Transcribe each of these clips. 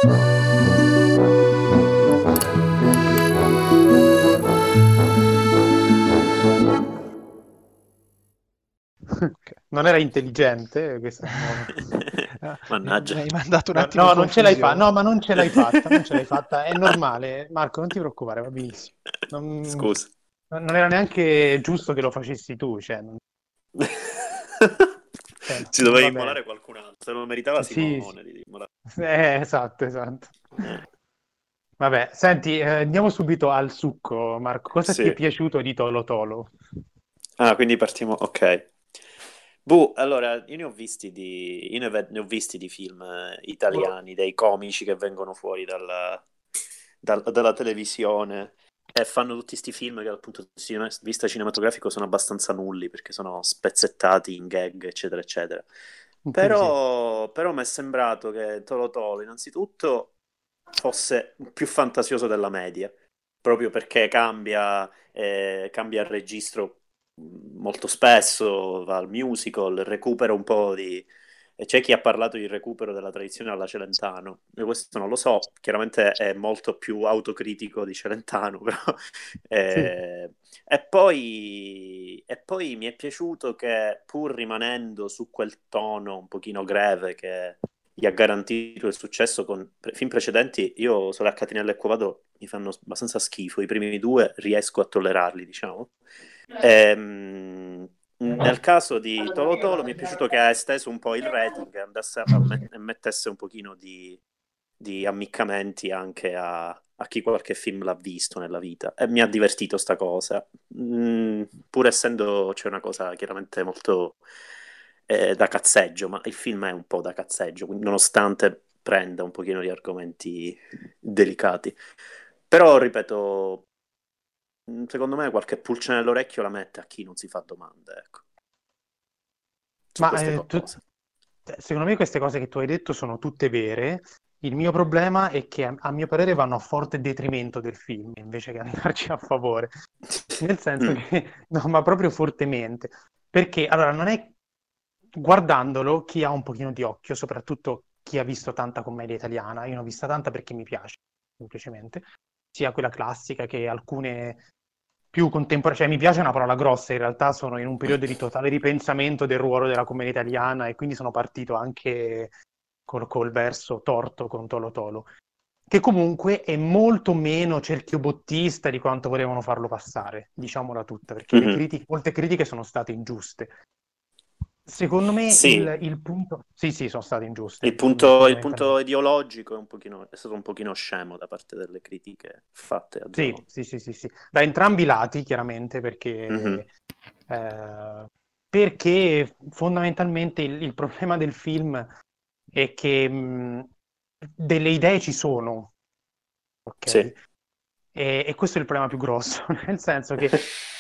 Non era intelligente questa Mannaggia. Mi hai mandato un no, attimo in non ce l'hai confusione. fatta. No, ma non ce l'hai fatta, non ce l'hai fatta. È normale, Marco, non ti preoccupare, va benissimo. Non, Scusa. non era neanche giusto che lo facessi tu, cioè, Ci va dovevi bene. immolare qualcun altro. Se lo meritava Sì, sì. Simone di immolare. Esatto, esatto. Eh, Vabbè, senti, andiamo subito al succo, Marco. Cosa ti è sì. piaciuto di Tolo Tolo? Ah, quindi partiamo. Ok. Boh, allora, ne ho visti di film italiani, dei comici che vengono fuori dalla televisione e fanno tutti questi film che dal punto di vista cinematografico sono abbastanza nulli perché sono spezzettati in gag, eccetera, eccetera. Sì, sì. Però mi è sembrato che Tolo Tolo, innanzitutto, fosse più fantasioso della media, proprio perché cambia il registro molto spesso, va al musical, recupera un po' di... E c'è chi ha parlato di recupero della tradizione alla Celentano. Io questo non lo so, chiaramente è molto più autocritico di Celentano, però... Sì. E poi mi è piaciuto che, pur rimanendo su quel tono un pochino greve che gli ha garantito il successo con film precedenti, io Sole a Catinelle e Quovado mi fanno abbastanza schifo. I primi due riesco a tollerarli, diciamo. Nel caso di Tolo Tolo mi è piaciuto che ha esteso un po' il rating e e mettesse un pochino di ammiccamenti anche a chi qualche film l'ha visto nella vita. E mi ha divertito sta cosa. Pur essendo c'è una cosa chiaramente molto da cazzeggio, ma il film è un po' da cazzeggio, nonostante prenda un pochino di argomenti delicati. Però, ripeto, secondo me qualche pulce nell'orecchio la mette a chi non si fa domande, ecco, su Ma queste cose. secondo me queste cose che tu hai detto sono tutte vere. Il mio problema è che a mio parere vanno a forte detrimento del film invece che andarci a favore. Nel senso Mm, che, no, ma proprio fortemente. Perché, allora, non è guardandolo chi ha un pochino di occhio, soprattutto chi ha visto tanta commedia italiana. Io ne ho vista tanta perché mi piace, semplicemente. Sia quella classica che alcune più contemporanee. Cioè, mi piace una parola grossa, in realtà sono in un periodo di totale ripensamento del ruolo della commedia italiana e quindi sono partito anche col verso torto con Tolo Tolo, che comunque è molto meno cerchiobottista di quanto volevano farlo passare, diciamola tutta, perché mhm. molte critiche sono state ingiuste. Secondo me Sì, il punto... Sì, sì, sono state ingiuste, il punto fondamentalmente. ideologico è stato un pochino scemo da parte delle critiche fatte a Sì, Zalone. sì, sì, sì, sì. Da entrambi i lati, chiaramente, Mhm, eh, perché fondamentalmente il problema del film è che delle idee ci sono, ok? sì. E questo è il problema più grosso, nel senso che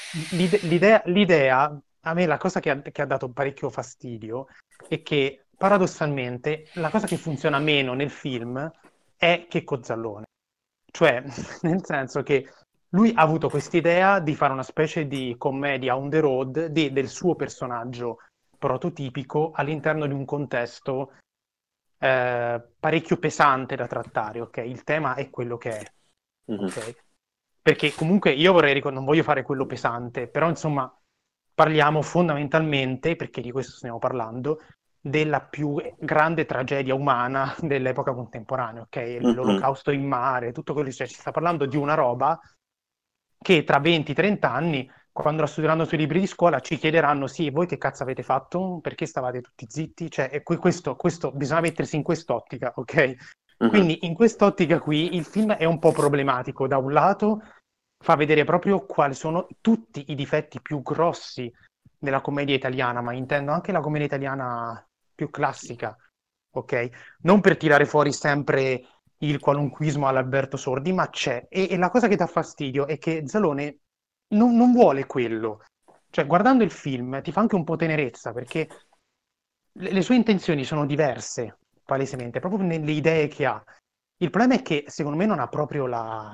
l'idea, a me la cosa che ha dato parecchio fastidio è che paradossalmente la cosa che funziona meno nel film è Checco Zallone. Cioè, nel senso che lui ha avuto quest'idea di fare una specie di commedia on the road del suo personaggio prototipico all'interno di un contesto parecchio pesante da trattare, ok? Il tema è quello che è, Mhm, ok? Perché comunque io non voglio fare quello pesante, però insomma parliamo fondamentalmente, perché di questo stiamo parlando, della più grande tragedia umana dell'epoca contemporanea, ok? mhm, L'olocausto in mare, tutto quello, cioè, si sta parlando di una roba che tra 20-30 anni, quando la studieranno sui libri di scuola, ci chiederanno: sì, voi che cazzo avete fatto? Perché stavate tutti zitti? Cioè, questo bisogna mettersi in quest'ottica, ok? mhm, Quindi in quest'ottica qui il film è un po' problematico. Da un lato fa vedere proprio quali sono tutti i difetti più grossi della commedia italiana, ma intendo anche la commedia italiana più classica, ok? Non per tirare fuori sempre il qualunquismo all'Alberto Sordi, ma c'è. E la cosa che dà fastidio è che Zalone non vuole quello. Cioè, guardando il film ti fa anche un po' tenerezza, perché le sue intenzioni sono diverse, palesemente, proprio nelle idee che ha. Il problema è che, secondo me, non ha proprio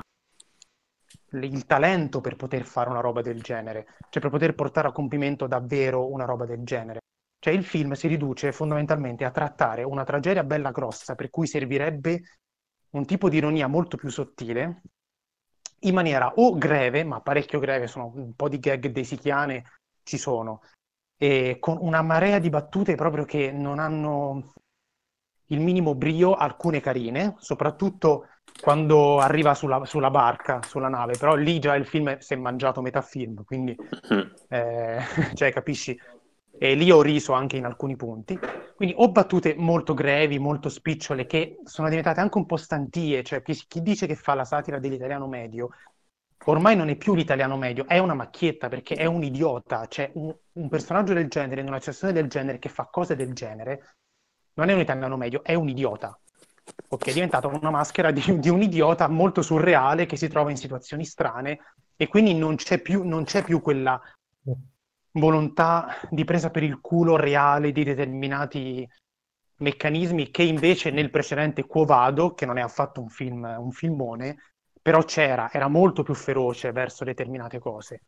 il talento per poter fare una roba del genere, cioè per poter portare a compimento davvero una roba del genere. Cioè il film si riduce fondamentalmente a trattare una tragedia bella grossa, per cui servirebbe un tipo di ironia molto più sottile, in maniera o greve, ma parecchio greve, sono un po' di gag desichiane ci sono, e con una marea di battute proprio che non hanno il minimo brio, alcune carine, soprattutto quando arriva sulla barca, sulla nave, però lì già il film si è mangiato metà film, quindi Mm. eh, cioè capisci? E lì ho riso anche in alcuni punti. Quindi ho battute molto grevi, molto spicciole, che sono diventate anche un po' stantie, cioè chi dice che fa la satira dell'italiano medio, ormai non è più l'italiano medio, è una macchietta perché è un idiota, cioè un personaggio del genere, in una situazione del genere, che fa cose del genere, non è un italiano medio, è un idiota. Ok, è diventata una maschera di un idiota molto surreale che si trova in situazioni strane e quindi non c'è più quella volontà di presa per il culo reale di determinati meccanismi che invece nel precedente Quo Vado, che non è affatto un filmone, però era molto più feroce verso determinate cose.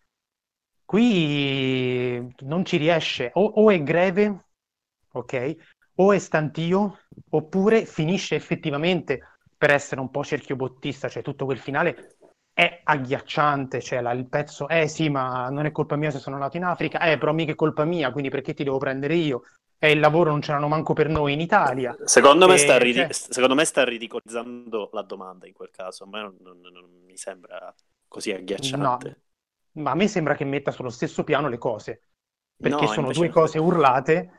Qui non ci riesce, o è greve, ok? O è stantio, oppure finisce effettivamente per essere un po' cerchiobottista, cioè tutto quel finale è agghiacciante, cioè il pezzo, sì, ma non è colpa mia se sono nato in Africa, però mica è colpa mia, quindi perché ti devo prendere io? Il lavoro non ce l'hanno manco per noi in Italia. Cioè, Secondo me sta ridicolizzando la domanda in quel caso. A me non mi sembra così no, agghiacciante. ma a me sembra che metta sullo stesso piano le cose, perché No, sono invece due no. cose urlate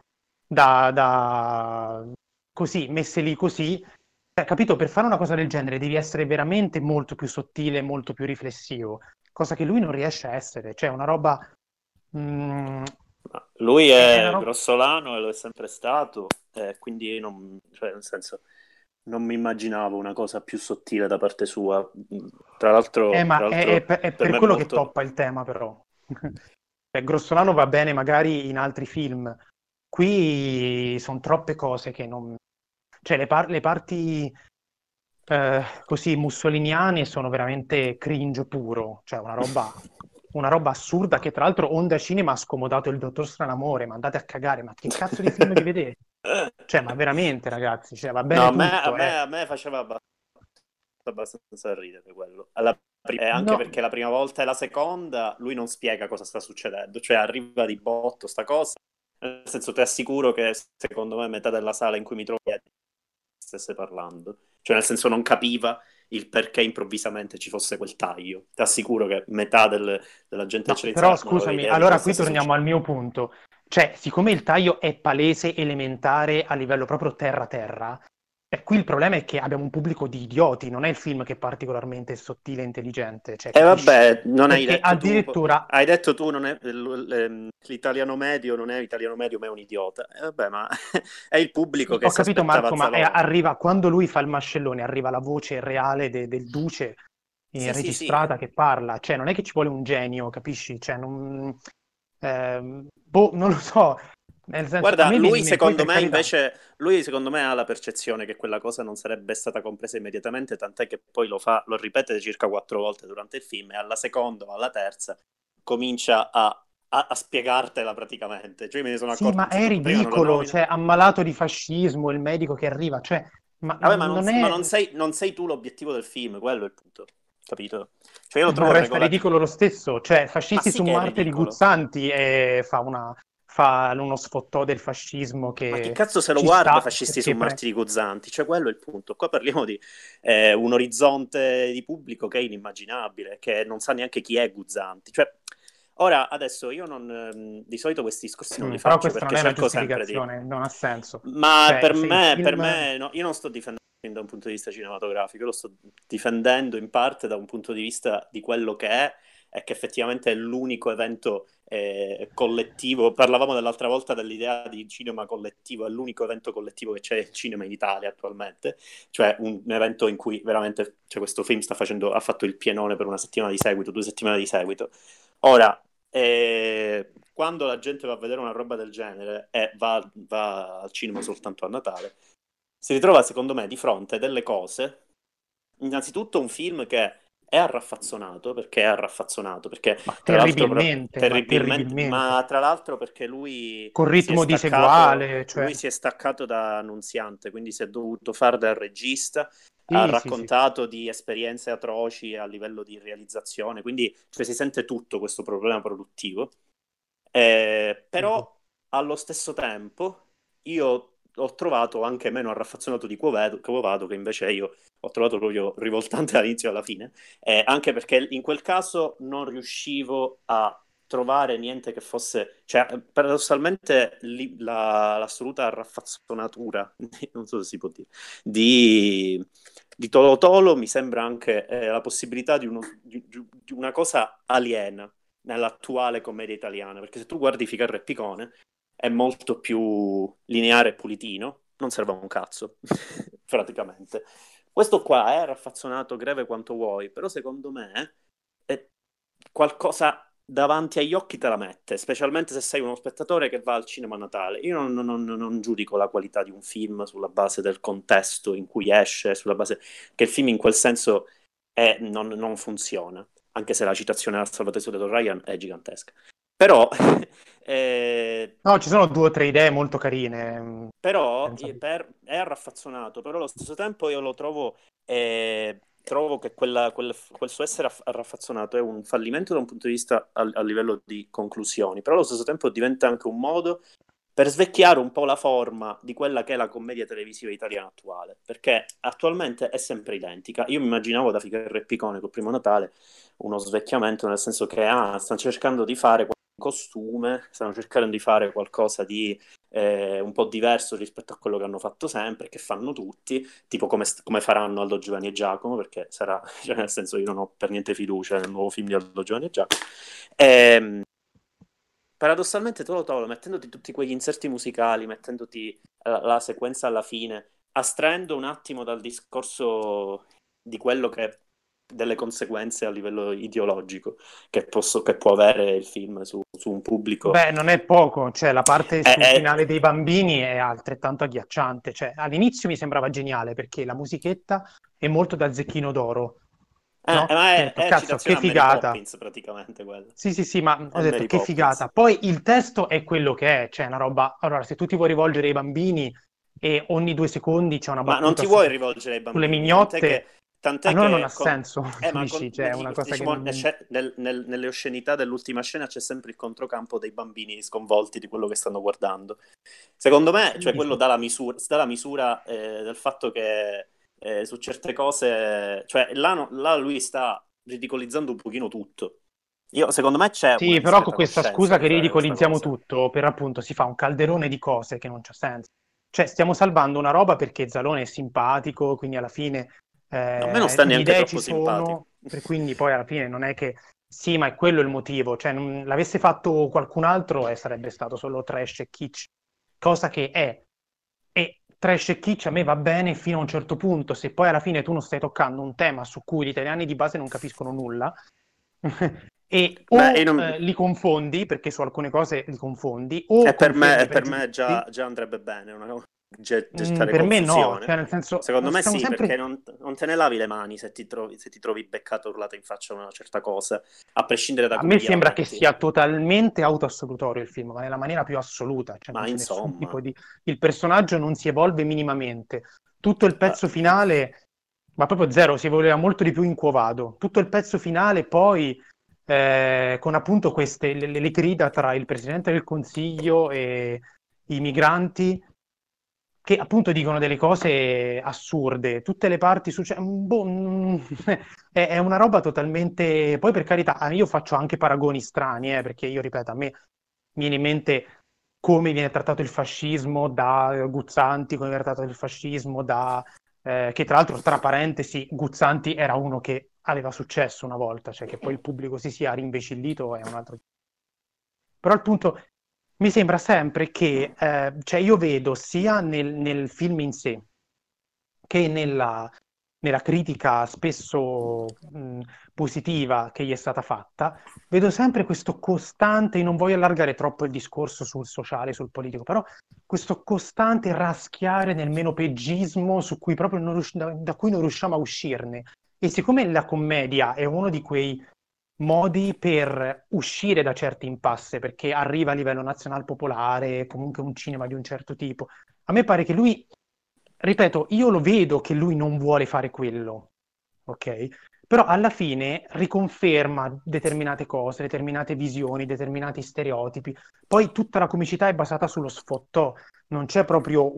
da così, messe lì così. Capito? Per fare una cosa del genere devi essere veramente molto più sottile, molto più riflessivo, cosa che lui non riesce a essere. Cioè, una roba. mm, Ma lui è una è roba. grossolano e lo è sempre stato, quindi non, cioè, nel senso, non mi immaginavo una cosa più sottile da parte sua. Tra Ma l'altro è per per me è quello che molto... toppa il tema, però. Grossolano va bene magari in altri film. Qui sono troppe cose che non. Cioè, le parti così mussoliniane sono veramente cringe puro. Cioè, una roba assurda che tra l'altro Onda Cinema ha scomodato il Dottor Stranamore. Ma andate a cagare, ma che cazzo di film vi vedete? Cioè, ma veramente, ragazzi, cioè, va No, bene tutto, a me faceva abbastanza ridere quello. Anche No, perché la prima volta e la seconda lui non spiega cosa sta succedendo, cioè arriva di botto sta cosa. Nel senso, ti assicuro che secondo me metà della sala in cui mi trovo stesse parlando. Cioè, nel senso, non capiva il perché improvvisamente ci fosse quel taglio. Ti assicuro che metà della gente che no, c'era in però sala non aveva scusami, idea di cosa allora qui stesse torniamo al succedendo. mio punto. Cioè, siccome il taglio è palese, elementare, a livello proprio terra-terra, qui il problema è che abbiamo un pubblico di idioti, non è il film che è particolarmente sottile e intelligente, cioè, E capisci? vabbè, non hai Perché detto tu, addirittura. hai detto tu non è, l'italiano medio non è italiano medio, ma è un idiota. E vabbè, ma è il pubblico Sì, che ho si capito aspettava Marco, ma Zalone. arriva quando lui fa il mascellone, arriva la voce reale del duce Sì, sì, sì. registrata che parla, cioè non è che ci vuole un genio, capisci? Cioè, boh, non lo so, nel senso, a Guarda, me poi per carità. lui secondo me ha la percezione che quella cosa non sarebbe stata compresa immediatamente, tant'è che poi lo ripete circa 4 volte durante il film e alla seconda o alla terza comincia a spiegartela praticamente. Cioè, io me ne sono Sì, accorto ma è innanzitutto prima non la ridicolo, nomina. cioè, ammalato di fascismo, il medico che arriva, cioè, ma Vabbè, non ma è. non sei tu l'obiettivo del film, quello è il punto. Capito? Cioè, io lo Ma trovo resta regolativo. ridicolo lo stesso, cioè, Ma fascisti sì su che è Marte di ridicolo. Guzzanti e fa uno sfottò del fascismo Ma chi che cazzo se lo ci guarda sta fascisti su perché. martiri guzzanti? Cioè, quello è il punto. Qua parliamo di un orizzonte di pubblico che è inimmaginabile, che non sa neanche chi è Guzzanti. Cioè, ora, adesso io non, di solito questi discorsi non li Però faccio questa non perché è una cerco sempre di... giustificazione, non ha senso. Ma Cioè, se il per film. me no, io non sto difendendo da un punto di vista cinematografico, io lo sto difendendo in parte da un punto di vista di quello che è e che effettivamente è l'unico evento collettivo. Parlavamo dell'altra volta dell'idea di cinema collettivo, è l'unico evento collettivo che c'è il cinema in Italia attualmente, cioè un evento in cui veramente cioè, questo film ha fatto il pienone per una settimana di seguito, 2 settimane di seguito. Ora, quando la gente va a vedere una roba del genere e va al cinema soltanto a Natale, si ritrova secondo me di fronte delle cose. Innanzitutto un film che è arraffazzonato, perché tra l'altro ma terribilmente, terribilmente. ma tra l'altro perché lui Con ritmo diseguale, cioè... lui si è staccato da Annunziante, quindi si è dovuto fare da regista, ha Sì, sì, sì. raccontato di esperienze atroci a livello di realizzazione, quindi cioè, si sente tutto questo problema produttivo. Sì, sì. Però allo stesso tempo io ho trovato anche meno arraffazzonato di Quovato, che invece io ho trovato proprio rivoltante dall'inizio alla fine, anche perché in quel caso non riuscivo a trovare niente che fosse, cioè paradossalmente l'assoluta raffazzonatura, non so se si può dire, di Tolo Tolo mi sembra anche la possibilità di una cosa aliena nell'attuale commedia italiana, perché se tu guardi Ficarra e Picone è molto più lineare e pulitino, non serve a un cazzo, praticamente. Questo qua è raffazzonato greve quanto vuoi, però secondo me è qualcosa davanti agli occhi te la mette, specialmente se sei uno spettatore che va al cinema a Natale. Io non giudico la qualità di un film sulla base del contesto in cui esce, sulla base che il film in quel senso non funziona, anche se la citazione al Salvatore di Ryan è gigantesca. Però, No, ci sono 2 o 3 idee molto carine. però Senza... è raffazzonato, però allo stesso tempo io lo trovo che quel suo essere raffazzonato è un fallimento da un punto di vista a livello di conclusioni, però allo stesso tempo diventa anche un modo per svecchiare un po' la forma di quella che è la commedia televisiva italiana attuale, perché attualmente è sempre identica. Io mi immaginavo da Ficarra e Picone col Primo Natale uno svecchiamento, nel senso che stanno cercando di fare costume, stanno cercando di fare qualcosa di un po' diverso rispetto a quello che hanno fatto sempre, che fanno tutti, tipo come faranno Aldo Giovanni e Giacomo, perché sarà, cioè nel senso io non ho per niente fiducia nel nuovo film di Aldo Giovanni e Giacomo. Paradossalmente Tolo Tolo, mettendoti tutti quegli inserti musicali, mettendoti la sequenza alla fine, astraendo un attimo dal discorso di quello che delle conseguenze a livello ideologico che può avere il film su un pubblico. Beh, non è poco, cioè la parte È, sul è- finale dei bambini è altrettanto agghiacciante, cioè all'inizio mi sembrava geniale perché la musichetta è molto da Zecchino d'Oro, no? ma Ho detto, è cazzo, che citazione a Mary figata. Poppins praticamente quella. Sì, sì, sì, ma ho È detto Mary che Poppins. figata. Poi il testo è quello che è, cioè una roba. Allora, se tu ti vuoi rivolgere ai bambini e ogni 2 secondi c'è una Ma non battuta ti vuoi rivolgere ai sulle bambini, mignotte, tant'è allora non ha che senso, tu dici, cioè è una cosa che diciamo, non... nelle oscenità dell'ultima scena c'è sempre il controcampo dei bambini sconvolti di quello che stanno guardando. Secondo me, cioè, Sì, quello sì. dà la misura del fatto che su certe cose, cioè là, là lui sta ridicolizzando un pochino tutto. Secondo me c'è una Sì, però con discreta questa coscienza scusa di che fare questa ridicolizziamo cosa. tutto, per appunto si fa un calderone di cose che non c'ha senso. Cioè, stiamo salvando una roba perché Zalone è simpatico, quindi alla fine A me non sta le neanche idee ci troppo simpatico. sono, per quindi poi alla fine non è che... Sì, ma è quello il motivo. Cioè, non l'avesse fatto qualcun altro e sarebbe stato solo trash e kitsch, cosa che è. E trash e kitsch a me va bene fino a un certo punto, se poi alla fine tu non stai toccando un tema su cui gli italiani di base non capiscono nulla, e Beh, io o non- li confondi, perché su alcune cose li confondi, o confermi i e per me pregiudizi. già andrebbe bene gettare Per me no, confusione. cioè nel senso, Secondo me stiamo sì, perché sempre... non te ne lavi le mani se ti trovi beccato urlata in faccia una certa cosa, a prescindere da A come me gliela sembra che metti. sia totalmente autoassolutorio il film, ma nella maniera più assoluta, cioè non Ma c'è nessun tipo insomma, di... Il personaggio non si evolve minimamente. Tutto il eh, pezzo finale, ma proprio zero, si voleva molto di più in Quo Vado. Tutto il pezzo finale poi, con appunto queste, le grida tra il Presidente del Consiglio e i migranti, che appunto dicono delle cose assurde, tutte le parti è una roba totalmente... Poi per carità, io faccio anche paragoni strani, perché io ripeto, a me viene in mente come viene trattato il fascismo da Guzzanti, come viene trattato il fascismo da... che tra l'altro, tra parentesi, Guzzanti era uno che aveva successo una volta, cioè che poi il pubblico si sia rimbecillito è un altro... Però il punto mi sembra sempre che, cioè io vedo sia nel film in sé che nella critica spesso positiva che gli è stata fatta, vedo sempre questo costante, io non voglio allargare troppo il discorso sul sociale, sul politico, però questo costante raschiare nel menopeggismo su cui proprio da cui non riusciamo a uscirne. E siccome la commedia è uno di quei modi per uscire da certi impasse, perché arriva a livello nazional popolare, comunque un cinema di un certo tipo, a me pare che lui, ripeto, io lo vedo che lui non vuole fare quello, ok? Però alla fine riconferma determinate cose, determinate visioni, determinati stereotipi. Poi tutta la comicità è basata sullo sfottò, non c'è proprio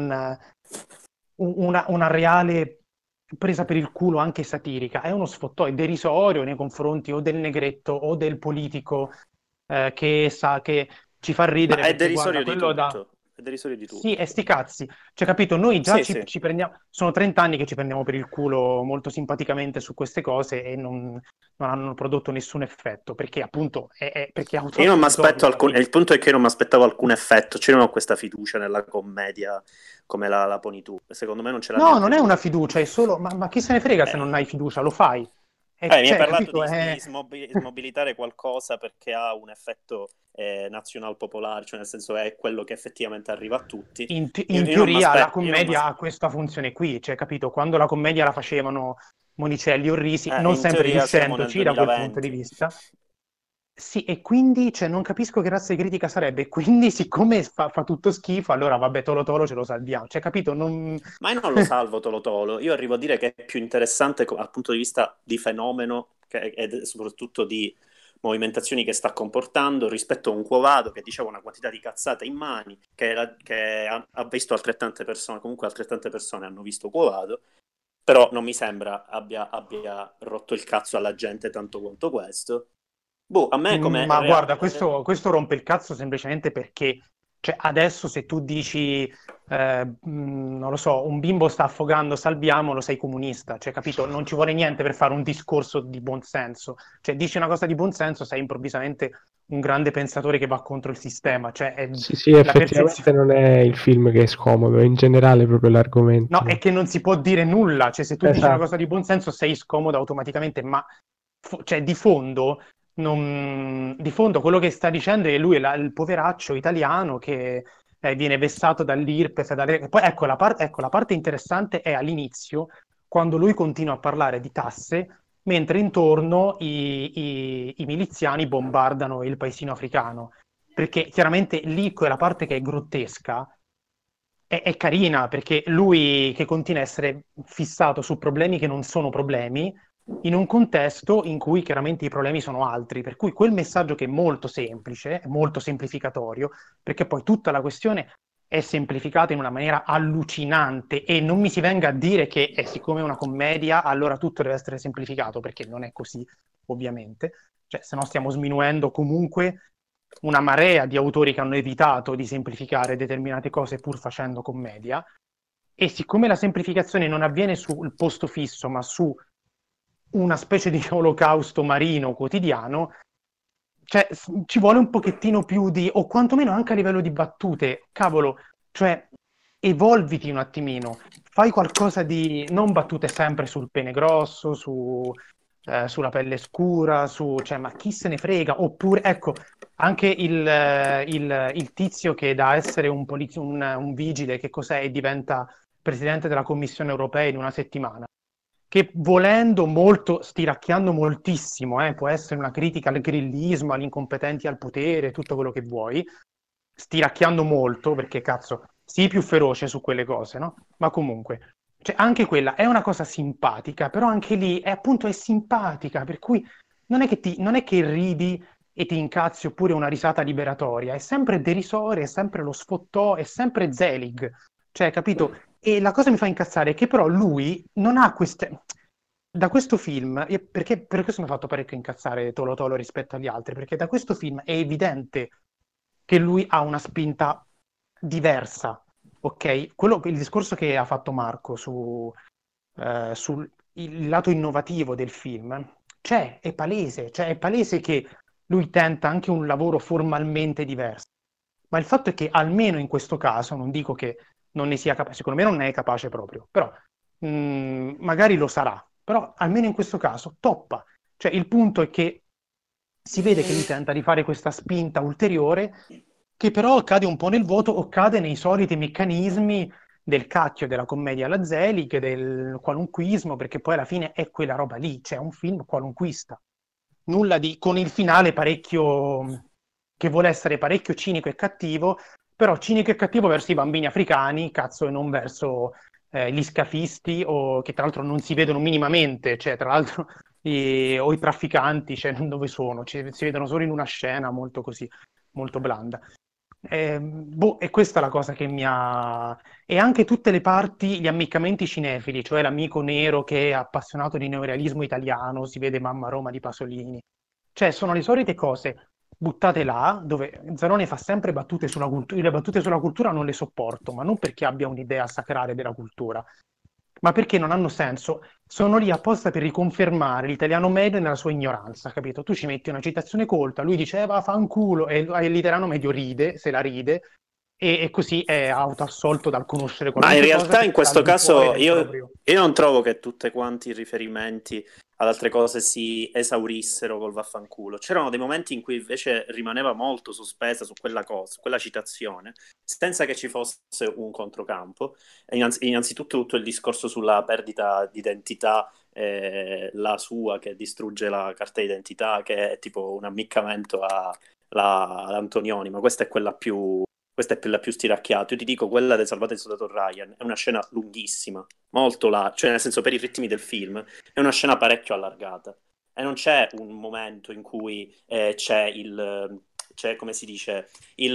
una reale presa per il culo anche satirica, è uno sfottò, è derisorio nei confronti o del negretto o del politico che sa che ci fa Ma ridere è perché guarda, derisorio di quello da... tutto. È derisorio di Sì, tutto. e sti cazzi. Cioè, capito, noi già Sì, ci, sì. ci prendiamo... Sono 30 anni che ci prendiamo per il culo molto simpaticamente su queste cose e non hanno prodotto nessun effetto, perché appunto perché è Io non mi autoderisorio aspetto alla alcun... fine. Il punto è che io non mi aspettavo alcun effetto, cioè io non ho questa fiducia nella commedia come la poni tu. Secondo me non ce l'ha No, neanche non è una lui. fiducia, è solo... Ma chi se ne frega se non Eh, hai fiducia? Lo fai. mi hai Cioè, parlato capito? di smobilitare qualcosa perché ha un effetto nazional popolare, cioè nel senso è quello che effettivamente arriva a tutti. In Io non mi teoria la aspetto, commedia ha questa funzione qui, cioè, capito? Quando la commedia la facevano Monicelli o Risi, non in sempre teoria siamo nel riuscendoci da quel punto di 2020. vista, sì, e quindi cioè, non capisco che razza di critica sarebbe. Quindi, siccome fa tutto schifo, allora vabbè, Tolo Tolo ce lo salviamo. Cioè, capito? Non... Ma io non lo salvo Tolo Tolo, io arrivo a dire che è più interessante dal punto di vista di fenomeno ed soprattutto di movimentazioni che sta comportando rispetto a un Quo Vado che diceva una quantità di cazzate in mani, che ha visto altrettante persone, comunque altrettante persone hanno visto Quo Vado, però non mi sembra abbia rotto il cazzo alla gente tanto quanto questo. Boh, a me come Ma guarda, questo rompe il cazzo semplicemente perché cioè, adesso se tu dici, non lo so, un bimbo sta affogando, salviamolo, sei comunista, cioè, capito? Non ci vuole niente per fare un discorso di buonsenso. Cioè, dici una cosa di buonsenso, sei improvvisamente un grande pensatore che va contro il sistema. Cioè, è Sì, sì, la percezione... effettivamente non è il film che è scomodo, è in generale proprio l'argomento. No, è che non si può dire nulla, cioè se tu dici una cosa Esatto. di buonsenso sei scomodo automaticamente, ma cioè, di fondo, di fondo quello che sta dicendo è lui, il poveraccio italiano che viene vessato dall'IRPEF. Poi ecco, la parte interessante è all'inizio, quando lui continua a parlare di tasse, mentre intorno i miliziani bombardano il paesino africano, perché chiaramente lì quella parte che è grottesca è carina perché lui che continua a essere fissato su problemi che non sono problemi, in un contesto in cui chiaramente i problemi sono altri, per cui quel messaggio che è molto semplice, è molto semplificatorio, perché poi tutta la questione è semplificata in una maniera allucinante e non mi si venga a dire che siccome è una commedia allora tutto deve essere semplificato, perché non è così, ovviamente, cioè se no stiamo sminuendo comunque una marea di autori che hanno evitato di semplificare determinate cose pur facendo commedia, e siccome la semplificazione non avviene sul posto fisso, ma su una specie di olocausto marino quotidiano, cioè ci vuole un pochettino più di, o quantomeno anche a livello di battute, cavolo, cioè evolviti un attimino, fai qualcosa di, non battute sempre sul pene grosso, sulla pelle scura, cioè, ma chi se ne frega, oppure, ecco, anche il tizio che da essere un vigile, che cos'è, e diventa presidente della Commissione europea in una settimana, che volendo molto, stiracchiando moltissimo, può essere una critica al grillismo, agli incompetenti al potere, tutto quello che vuoi, stiracchiando molto, perché cazzo, sii più feroce su quelle cose, no? Ma comunque, cioè, anche quella è una cosa simpatica, però anche lì è appunto è simpatica, per cui non è che ridi e ti incazzi oppure una risata liberatoria, è sempre derisoria, è sempre lo sfottò, è sempre Zelig, cioè, capito? E la cosa mi fa incazzare è che però lui non ha queste... Da questo film, perché per questo mi ha fatto parecchio incazzare Tolo Tolo rispetto agli altri, perché da questo film è evidente che lui ha una spinta diversa, ok? Il discorso che ha fatto Marco sul il lato innovativo del film, cioè è palese che lui tenta anche un lavoro formalmente diverso, ma il fatto è che almeno in questo caso, non dico che non ne sia capace, secondo me non ne è capace proprio, però magari lo sarà, però almeno in questo caso toppa. Cioè il punto è che si vede che lui tenta di fare questa spinta ulteriore che però cade un po' nel vuoto o cade nei soliti meccanismi del cacchio della commedia alla Zelig, del qualunquismo, perché poi alla fine è quella roba lì, cioè un film qualunquista. Nulla di, con il finale parecchio, che vuole essere parecchio cinico e cattivo, però cinico e cattivo verso i bambini africani, cazzo, e non verso gli scafisti, o che tra l'altro non si vedono minimamente, cioè tra l'altro, o i trafficanti, cioè dove sono, si vedono solo in una scena molto così, molto blanda. E questa è la cosa che mi ha... E anche tutte le parti, gli ammiccamenti cinefili, cioè l'amico nero che è appassionato di neorealismo italiano, si vede Mamma Roma di Pasolini. Cioè, sono le solite cose buttate là, dove Zanoni fa sempre battute sulla cultura. Le battute sulla cultura non le sopporto, ma non perché abbia un'idea sacrale della cultura, ma perché non hanno senso. Sono lì apposta per riconfermare l'italiano medio nella sua ignoranza, capito? Tu ci metti una citazione colta, lui dice va fanculo, e l'italiano medio ride, se la ride, e così è autoassolto dal conoscere Ma in qualunque cosa realtà in perché questo al di fuori caso del proprio... io non trovo che tutti quanti i riferimenti ad altre cose si esaurissero col vaffanculo. C'erano dei momenti in cui invece rimaneva molto sospesa su quella cosa, su quella citazione, senza che ci fosse un controcampo. E innanzitutto tutto il discorso sulla perdita di identità, la sua che distrugge la carta d'identità, che è tipo un ammiccamento ad Antonioni, ma questa è quella più... Questa è quella più stiracchiata. Io ti dico, quella del Salvate il soldato Ryan è una scena lunghissima, molto larga, cioè nel senso per i ritmi del film, è una scena parecchio allargata. E non c'è un momento in cui c'è, come si dice,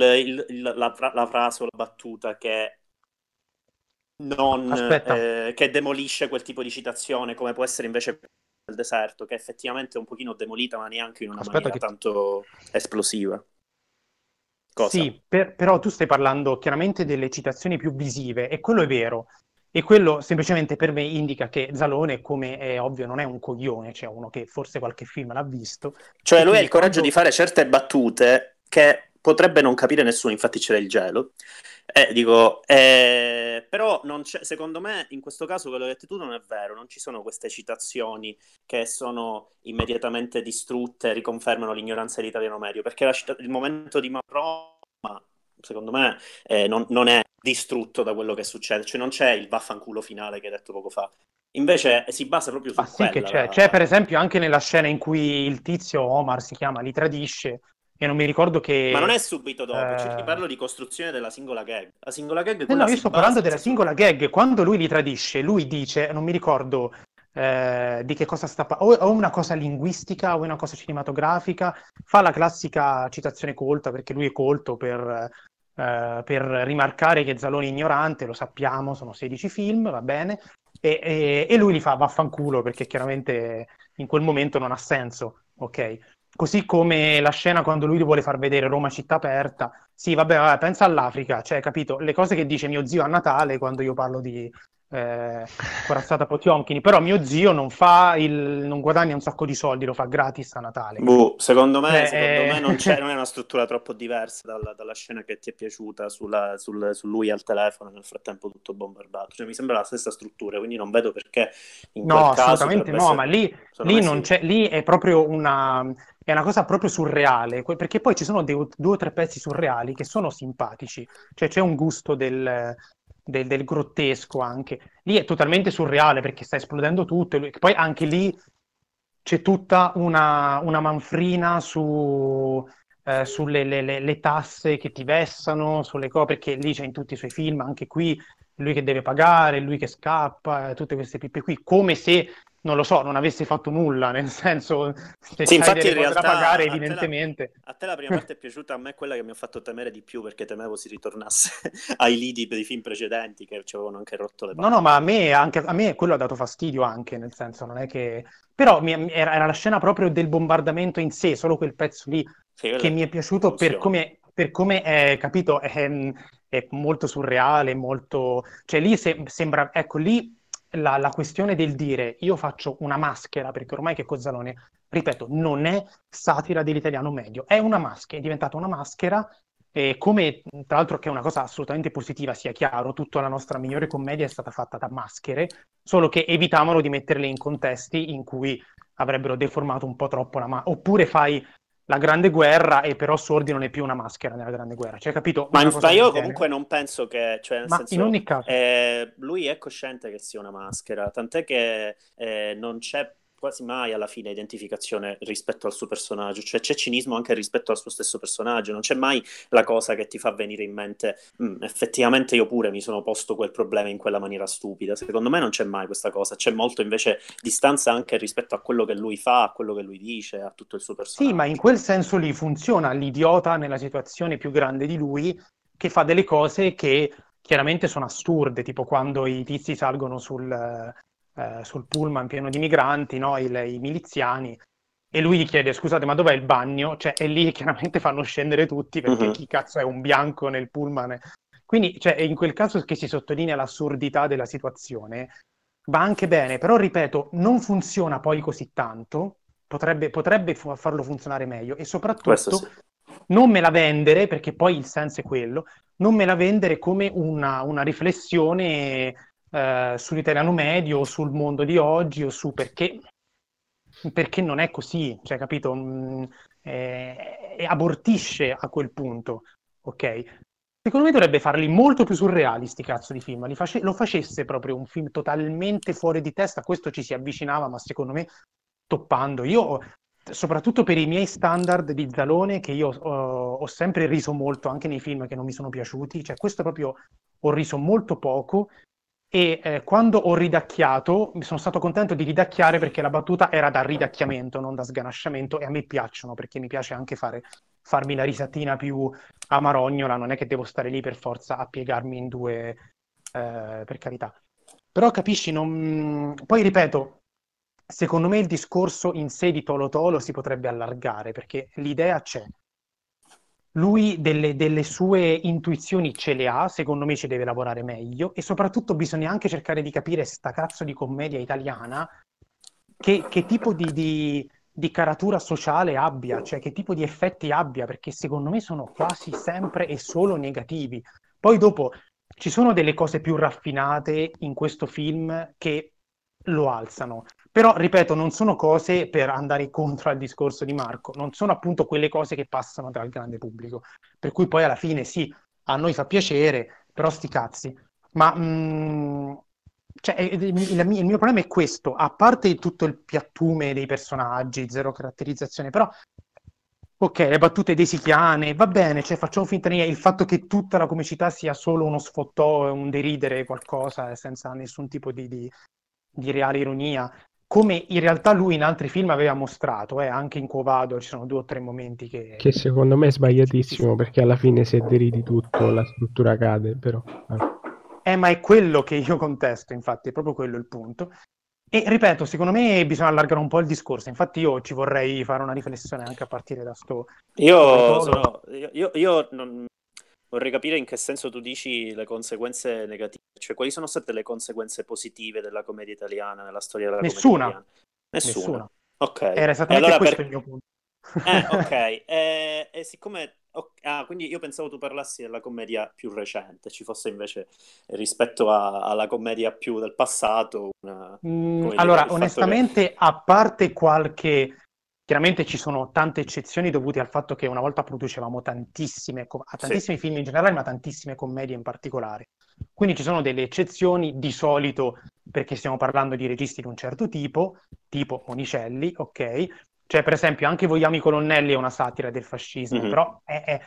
la frase o la battuta che non Aspetta, che demolisce quel tipo di citazione, come può essere invece il deserto, che effettivamente è un pochino demolita, ma neanche in una aspetta maniera che... tanto esplosiva. Cosa? Sì, però tu stai parlando chiaramente delle citazioni più visive, e quello è vero. E quello semplicemente per me indica che Zalone, come è ovvio, non è un coglione, cioè uno che forse qualche film l'ha visto, Cioè e lui ha quindi il coraggio di quando... fare certe battute che potrebbe non capire nessuno, infatti c'era il gelo. Però non c'è, secondo me in questo caso quello che hai detto tu non è vero, non ci sono queste citazioni che sono immediatamente distrutte, riconfermano l'ignoranza dell'italiano medio, perché il momento di Roma, secondo me, non è distrutto da quello che succede, cioè non c'è il vaffanculo finale che hai detto poco fa. Invece si basa proprio Ma su sì che quella. c'è. C'è per esempio anche nella scena in cui il tizio Omar si chiama, li tradisce, e non mi ricordo Ma non è che... subito dopo, cioè, ti eh, parlo di costruzione della singola gag. La singola gag, No, quella io si sto parlando basa della singola gag. Quando lui li tradisce, lui dice, non mi ricordo di che cosa sta parlando, o una cosa linguistica o una cosa cinematografica, fa la classica citazione colta, perché lui è colto per rimarcare che Zalone è ignorante, lo sappiamo, sono 16 film, va bene, e lui li fa vaffanculo, perché chiaramente in quel momento non ha senso, ok? Così come la scena quando lui vuole far vedere Roma città aperta. Sì, vabbè, pensa all'Africa, cioè, capito? Le cose che dice mio zio a Natale quando io parlo di corazzata Potionchini, però mio zio non guadagna un sacco di soldi, lo fa gratis a Natale, capito? Secondo me non Cioè, è una struttura troppo diversa dalla scena che ti è piaciuta su lui al telefono, nel frattempo tutto bombardato. Cioè, mi sembra la stessa struttura, quindi non vedo perché in quel no, caso assolutamente dovrebbe no, essere... ma lì, Secondo lì me non sì. c'è, lì è proprio è una cosa proprio surreale, perché poi ci sono due o tre pezzi surreali che sono simpatici, cioè c'è un gusto del grottesco anche. Lì è totalmente surreale perché sta esplodendo tutto, poi anche lì c'è tutta una manfrina sulle le tasse che ti vessano, sulle cose, perché lì c'è in tutti i suoi film, anche qui lui che deve pagare, lui che scappa, tutte queste pippe qui, come se, non lo so, non avesse fatto nulla, nel senso, se Sì, c'hai infatti delle in cose da pagare, realtà evidentemente. a te la prima parte è piaciuta, a me è quella che mi ha fatto temere di più perché temevo si ritornasse ai lidi dei film precedenti che ci avevano anche rotto le No, no, palle. ma a me quello ha dato fastidio anche, nel senso, non è che... Però era la scena proprio del bombardamento in sé, solo quel pezzo lì, Sì, quella che mi è piaciuto funziona. per come è, capito, è molto surreale, molto... Cioè lì sembra, ecco, lì la questione del dire io faccio una maschera, perché ormai che Cozzalone, ripeto, non è satira dell'italiano medio, è una maschera, è diventata una maschera. E come tra l'altro che è una cosa assolutamente positiva, sia chiaro, tutta la nostra migliore commedia è stata fatta da maschere, solo che evitavano di metterle in contesti in cui avrebbero deformato un po' troppo oppure fai la Grande Guerra e però Sordi non è più una maschera nella Grande Guerra, cioè capito? Ma, Una cosa ma del io genere. comunque non penso che, cioè nel Ma in senso, ogni caso, lui è cosciente che sia una maschera, tant'è che non c'è quasi mai alla fine identificazione rispetto al suo personaggio, cioè c'è cinismo anche rispetto al suo stesso personaggio, non c'è mai la cosa che ti fa venire in mente, effettivamente io pure mi sono posto quel problema in quella maniera stupida, secondo me non c'è mai questa cosa, c'è molto invece distanza anche rispetto a quello che lui fa, a quello che lui dice, a tutto il suo sì, ma in personaggio. quel senso lì funziona l'idiota nella situazione più grande di lui che fa delle cose che chiaramente sono assurde, tipo quando i tizi salgono sul pullman pieno di migranti, no? I miliziani, e lui gli chiede, scusate, ma dov'è il bagno? Cioè, e lì chiaramente fanno scendere tutti perché Mhm. chi cazzo è un bianco nel pullman? Quindi, cioè, è in quel caso che si sottolinea l'assurdità della situazione, va anche bene, però ripeto, non funziona poi così tanto, potrebbe farlo funzionare meglio e Questo sì. soprattutto non me la vendere, perché poi il senso è quello, non me la vendere come una riflessione sull'italiano medio o sul mondo di oggi o su perché non è così, cioè, capito? E abortisce a quel punto, ok? Secondo me dovrebbe farli molto più surreali, sti cazzo di film. Lo facesse proprio un film totalmente fuori di testa, questo ci si avvicinava, ma secondo me toppando. Io, soprattutto per i miei standard di Zalone, che io ho sempre riso molto, anche nei film che non mi sono piaciuti, cioè questo proprio ho riso molto poco e quando ho ridacchiato mi sono stato contento di ridacchiare perché la battuta era da ridacchiamento, non da sganasciamento e a me piacciono perché mi piace anche farmi la risatina più amarognola, non è che devo stare lì per forza a piegarmi in due, per carità. Però capisci, poi ripeto, secondo me il discorso in sé di Tolo Tolo si potrebbe allargare perché l'idea c'è. Lui delle sue intuizioni ce le ha, secondo me ci deve lavorare meglio e soprattutto bisogna anche cercare di capire sta cazzo di commedia italiana che tipo di caratura sociale abbia, cioè che tipo di effetti abbia, perché secondo me sono quasi sempre e solo negativi. Poi dopo ci sono delle cose più raffinate in questo film che lo alzano, però ripeto, non sono cose per andare incontro al discorso di Marco, non sono appunto quelle cose che passano tra il grande pubblico, per cui poi alla fine sì, a noi fa piacere, però sti cazzi. Ma cioè, il mio problema è questo, a parte tutto il piattume dei personaggi, zero caratterizzazione, però ok, le battute desichiane, va bene, cioè facciamo finta di il fatto che tutta la comicità sia solo uno sfottò, un deridere qualcosa senza nessun tipo di reale ironia, come in realtà lui in altri film aveva mostrato, anche in Quo Vado ci sono 2 o 3 momenti Che secondo me è si sbagliatissimo perché alla fine se deridi tutto la struttura cade, però. ma è quello che io contesto, infatti, è proprio quello il punto. E ripeto, secondo me bisogna allargare un po' il discorso. Infatti, io ci vorrei fare una riflessione anche a partire da sto Tolo Io Tolo. sono. Io non vorrei capire in che senso tu dici le conseguenze negative, cioè quali sono state le conseguenze positive della commedia italiana, nella storia della commedia Nessuna, italiana? Nessuna. nessuna. Ok. Era E esattamente allora questo per. il mio punto. Ok. E siccome. Quindi io pensavo tu parlassi della commedia più recente, ci fosse invece rispetto alla commedia più del passato, come dire, Allora, il fatto che. onestamente, a parte qualche. Chiaramente ci sono tante eccezioni dovute al fatto che una volta producevamo a Sì. tantissimi film in generale, ma tantissime commedie in particolare. Quindi ci sono delle eccezioni, di solito perché stiamo parlando di registi di un certo tipo Monicelli, ok? Cioè, per esempio, anche Vogliamo i colonnelli è una satira del fascismo, Mhm. però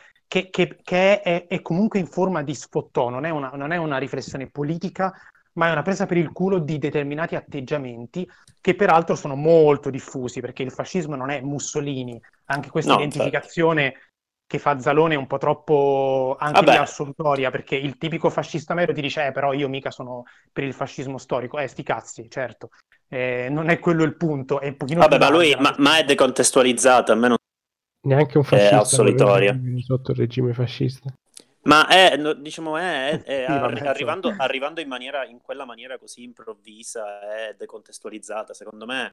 che è comunque in forma di sfottò, non è una riflessione politica, ma è una presa per il culo di determinati atteggiamenti che peraltro sono molto diffusi, perché il fascismo non è Mussolini, anche questa No, certo. identificazione che fa Zalone è un po' troppo anche lì Vabbè, assolutoria, perché il tipico fascista mero ti dice, però io mica sono per il fascismo storico, sti cazzi, certo. Non è quello il punto, è un pochino più vabbè, ma lui larga la ma è questione. decontestualizzata, almeno Neanche un è fascista vorrebbe assolitoria. vivere sotto il regime fascista. Ma è, diciamo, Sì, vabbè, insomma. arrivando in quella maniera così improvvisa e decontestualizzata, secondo me,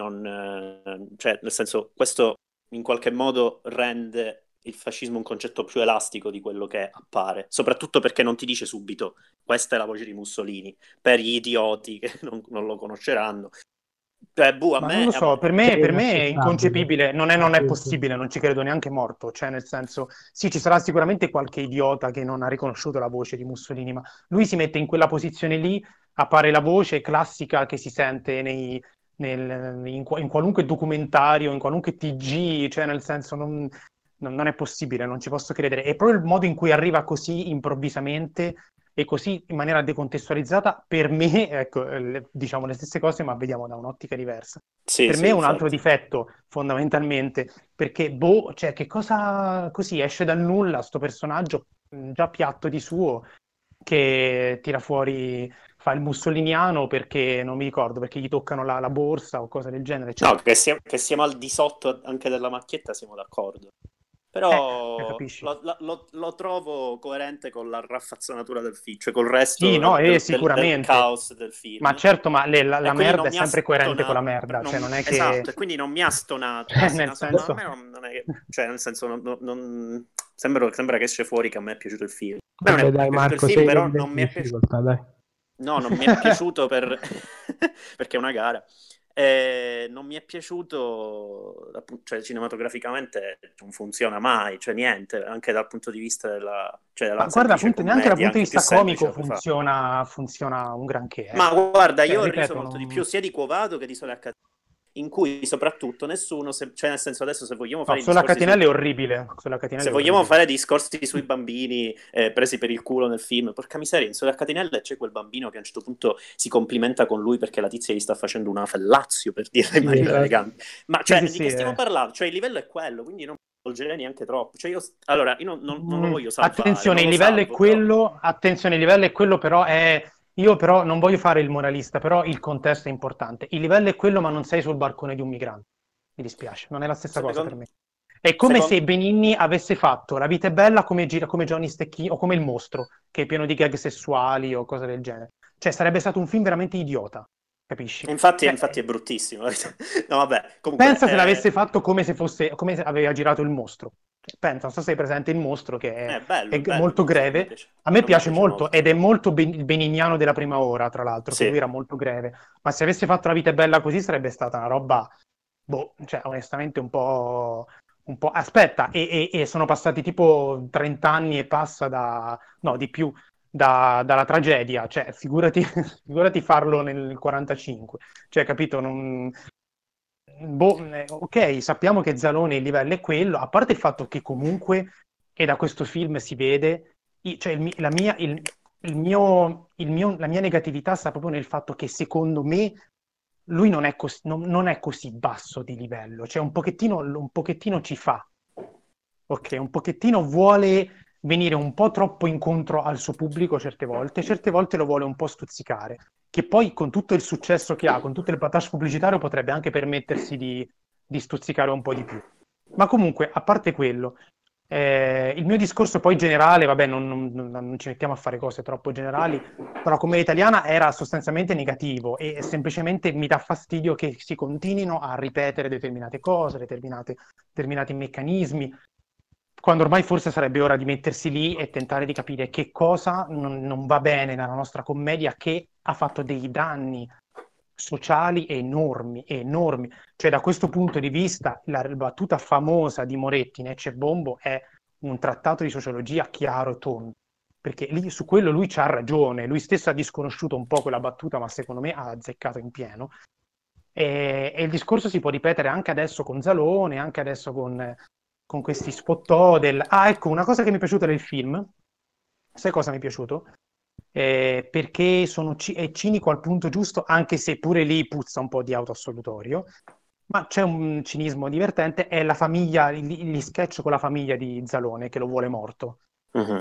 cioè, nel senso, questo in qualche modo rende il fascismo un concetto più elastico di quello che appare, soprattutto perché non ti dice subito questa è la voce di Mussolini, per gli idioti che non lo conosceranno. a Ma non me, lo so, per me, È per me è inaccettabile. inconcepibile, non è possibile, non ci credo neanche morto, cioè nel senso, sì, ci sarà sicuramente qualche idiota che non ha riconosciuto la voce di Mussolini, ma lui si mette in quella posizione lì, appare la voce classica che si sente in qualunque documentario, in qualunque TG, cioè nel senso non è possibile, non ci posso credere. È proprio il modo in cui arriva così improvvisamente e così in maniera decontestualizzata, per me, ecco, diciamo le stesse cose, ma vediamo da un'ottica diversa. sì, Per me sì, è un altro infatti. difetto, fondamentalmente, perché, boh, cioè, che cosa così esce dal nulla sto personaggio già piatto di suo, che tira fuori, fa il mussoliniano perché, non mi ricordo, perché gli toccano la borsa o cose del genere. No, Cioè, che siamo al di sotto anche della macchietta, siamo d'accordo. Però capisci? lo trovo coerente con la raffazzonatura del film, cioè col Sì, resto no, del sicuramente. caos del Ma film. certo, ma E la quindi merda non è mi ha sempre coerente con la stonato, merda, cioè non è che... esatto, e quindi non mi ha stonato. nel Ma a senso... me non è che, cioè, nel senso, sembra che esce fuori che a me è piaciuto il film. A me non Vabbè, è dai, piaciuto il Marco, film, sei però nel non letto mi di è piaciuto. difficoltà, dai. No, non mi è piaciuto perché è una gara. Non mi è piaciuto, cioè cinematograficamente non funziona mai, cioè niente, anche dal punto di vista cioè, Ma della guarda, semplice appunto, neanche dal commedia, punto di anche più vista semplice comico la puoi fare. funziona un granché, Ma guarda, Cioè, io ho riso ripeto, molto di più sia di Quo Vado che di Sole Accademia, in cui soprattutto nessuno, cioè nel senso adesso se vogliamo no, fare i sulla discorsi catenella è orribile, sulla se catenella è vogliamo orribile. fare discorsi sui bambini presi per il culo nel film, porca miseria, in Sole a Catinelle c'è quel bambino che a un certo punto si complimenta con lui perché la tizia gli sta facendo una fellazio, per dirla in Sì, maniera esatto. elegante. Ma Sì, sì, cioè, di sì. che stiamo parlando? Cioè, il livello è quello, quindi non volgerei neanche troppo. Cioè, allora, io non lo voglio salvare, Attenzione, non il lo livello è salvo, però... quello, attenzione, il livello è quello, però è... Io però non voglio fare il moralista, però il contesto è importante. Il livello è quello, ma non sei sul barcone di un migrante. Mi dispiace, non è la stessa cosa per Secondo... me. È come secondo... se Benigni avesse fatto La vita è bella come Johnny Stecchini o come Il mostro, che è pieno di gag sessuali o cose del genere. Cioè, sarebbe stato un film veramente idiota, capisci? Infatti è bruttissimo. No, vabbè, comunque... Pensa se l'avesse fatto come se aveva girato Il mostro. Cioè, pensa, non so se hai presente Il mostro, che è è bello il molto mostro, greve. A me a me piace piace molto molto. ed è molto il benignano della prima ora, tra l'altro, che Sì. lui era molto greve. Ma se avesse fatto La vita è bella così sarebbe stata una roba, boh, cioè onestamente un po'... Aspetta, e sono passati tipo 30 anni e passa no, di più, dalla tragedia. Cioè, figurati, figurati farlo nel 45. Cioè, capito? Boh, ok, sappiamo che Zalone il livello è quello, a parte il fatto che comunque, e da questo film si vede, cioè la mia negatività sta proprio nel fatto che secondo me lui non è così basso di livello, cioè un pochettino ci fa, ok, un pochettino vuole venire un po' troppo incontro al suo pubblico certe volte lo vuole un po' stuzzicare, che poi con tutto il successo che ha, con tutto il patasso pubblicitario, potrebbe anche permettersi di stuzzicare un po' di più. Ma comunque, a parte quello, il mio discorso poi generale, vabbè, non ci mettiamo a fare cose troppo generali, però come italiana era sostanzialmente negativo e semplicemente mi dà fastidio che si continuino a ripetere determinate cose, determinati meccanismi, quando ormai forse sarebbe ora di mettersi lì e tentare di capire che cosa non va bene nella nostra commedia, che ha fatto dei danni sociali enormi, enormi. Cioè, da questo punto di vista, la battuta famosa di Moretti in Ecce Bombo è un trattato di sociologia chiaro e tondo, perché lì, su quello lui c'ha ragione, lui stesso ha disconosciuto un po' quella battuta, ma secondo me ha azzeccato in pieno. E il discorso si può ripetere anche adesso con Zalone, anche adesso con questi spottò del... Ah, ecco, una cosa che mi è piaciuta del film, sai cosa mi è piaciuto? Perché è cinico al punto giusto, anche se pure lì puzza un po' di autoassolutorio, ma c'è un cinismo divertente, è la famiglia, gli sketch con la famiglia di Zalone che lo vuole morto. Mhm.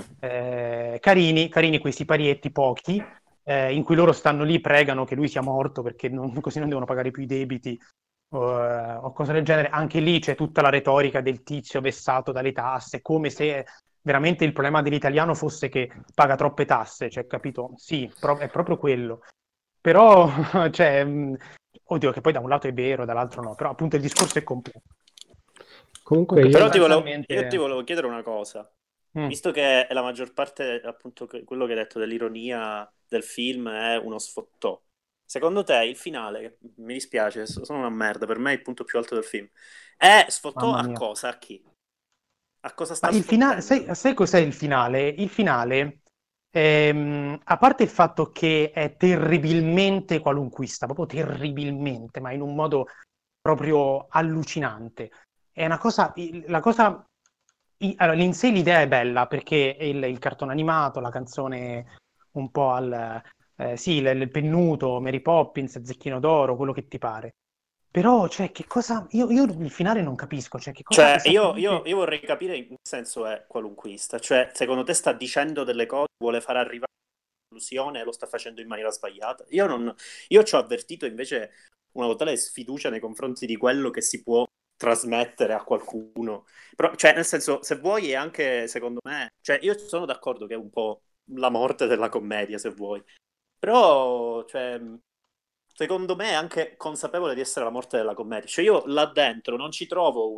Carini questi parietti pochi, in cui loro stanno lì, pregano che lui sia morto perché così non devono pagare più i debiti o cose del genere. Anche lì c'è tutta la retorica del tizio vessato dalle tasse, come se veramente il problema dell'italiano fosse che paga troppe tasse, cioè, capito? Sì, è proprio quello. Però, cioè, oddio, che poi da un lato è vero, dall'altro no, però appunto il discorso è completo. Comunque Comunque, Però io... io ti sostanzialmente... volevo chiedere una cosa. Mm. Visto che la maggior parte, appunto, quello che hai detto dell'ironia del film è uno sfottò, Secondo te il finale, mi dispiace, sono una merda, per me è il punto più alto del film. Sfottò Mamma a mia. cosa? A chi? A cosa Ma sta il finale, sfottendo? sai cos'è il finale? Il finale, a parte il fatto che è terribilmente qualunquista, proprio terribilmente, ma in un modo proprio allucinante. È una cosa, la cosa, allora, in sé l'idea è bella perché il cartone animato, la canzone un po' sì, il pennuto, Mary Poppins, Zecchino d'Oro, quello che ti pare. Però, cioè, che cosa, io il finale non capisco, cioè, che cosa Cioè, esattamente... io vorrei capire in che senso è qualunquista. Cioè, secondo te sta dicendo delle cose, vuole far arrivare a una conclusione e lo sta facendo in maniera sbagliata? Io ci ho avvertito invece una totale sfiducia nei confronti di quello che si può trasmettere a qualcuno. Però, cioè, nel senso, se vuoi è anche, secondo me... Cioè, io sono d'accordo che è un po' la morte della commedia, se vuoi. Però, cioè, secondo me è anche consapevole di essere la morte della commedia. Cioè io là dentro non ci trovo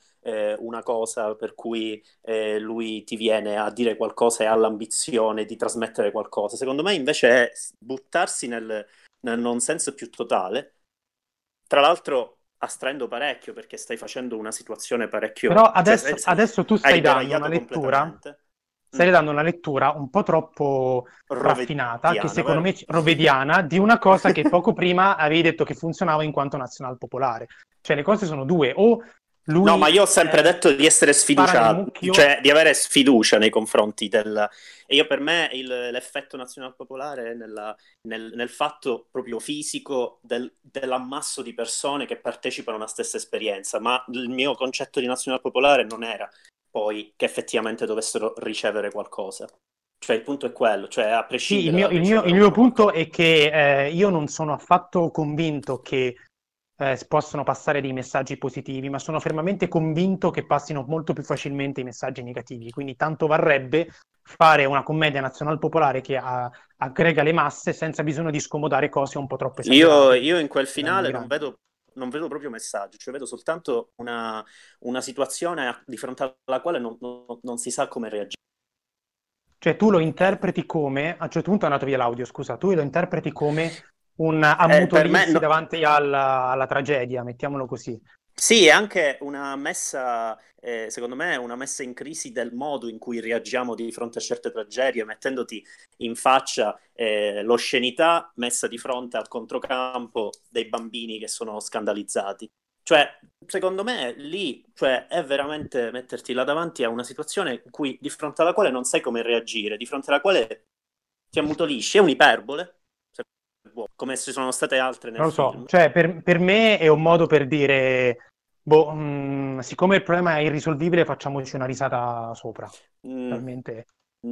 una cosa per cui lui ti viene a dire qualcosa e ha l'ambizione di trasmettere qualcosa. Secondo me invece è buttarsi nel non senso più totale. Tra l'altro astraendo parecchio perché stai facendo una situazione Però parecchio... Cioè adesso tu hai stai dando una deragliato lettura, completamente. Mm. stai dando una lettura un po' troppo raffinata, che Rovediana, secondo vero? me rovediana, di una cosa che poco prima avevi detto che funzionava in quanto nazionalpopolare. Cioè le cose sono due, o No, ma lui io ho sempre detto di essere spara nel sfiduciato, mucchio. cioè di avere sfiducia nei confronti del... E io per me l'effetto nazionalpopolare è nel fatto proprio fisico dell'ammasso di persone che partecipano alla stessa esperienza, ma il mio concetto di nazionalpopolare non era poi che effettivamente dovessero ricevere qualcosa. Cioè il punto è quello, cioè a Sì, prescindere dal ricevere il o mio meno punto qualcosa. è che io non sono affatto convinto che possono passare dei messaggi positivi, ma sono fermamente convinto che passino molto più facilmente i messaggi negativi. Quindi tanto varrebbe fare una commedia nazionalpopolare che aggrega le masse senza bisogno di scomodare cose un po' troppo esagerate Io in quel per i finale migranti. non vedo proprio messaggio, cioè vedo soltanto una situazione di fronte alla quale non si sa come reagire. Cioè tu lo Eh, interpreti come, a un certo punto è andato via l'audio, scusa, tu lo interpreti come un per me ammutolirsi no, davanti alla tragedia, mettiamolo così. sì, è anche una messa, secondo me, è una messa in crisi del modo in cui reagiamo di fronte a certe tragedie, mettendoti in faccia l'oscenità messa di fronte al controcampo dei bambini che sono scandalizzati. Cioè, secondo me, lì, cioè, è veramente metterti là davanti a una situazione in cui, di fronte alla quale non sai come reagire, di fronte alla quale ti ammutolisci. È un'iperbole, se vuoi, come ci sono state altre nel Non lo so, film. cioè per me è un modo per dire, boh, siccome il problema è irrisolvibile, facciamoci una risata sopra. Mm, Talmente.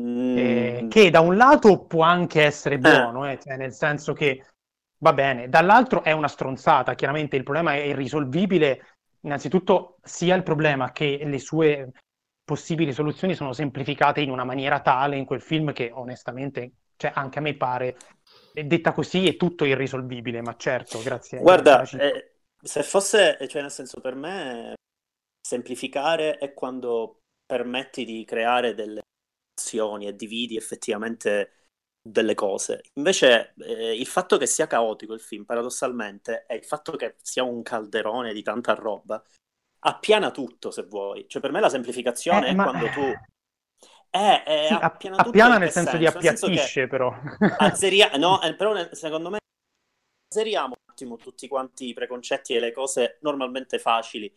mm, Che da un lato può anche essere eh. buono, cioè nel senso che va bene, dall'altro è una stronzata, chiaramente il problema è irrisolvibile, innanzitutto sia il problema che le sue possibili soluzioni sono semplificate in una maniera tale in quel film che onestamente, cioè anche a me pare, detta così è tutto irrisolvibile, ma certo, grazie alla Guarda, Cicco. se fosse, cioè nel senso per me semplificare è quando permetti di creare delle azioni e dividi effettivamente delle cose. Invece il fatto che sia caotico il film, paradossalmente, e il fatto che sia un calderone di tanta roba, appiana tutto se vuoi. Cioè per me la semplificazione è Ma quando tu... sì, appiana tutto appiana in nel che senso di senso? Nel senso che appiattisce però. no, però secondo me azzeriamo un attimo tutti quanti i preconcetti e le cose normalmente facili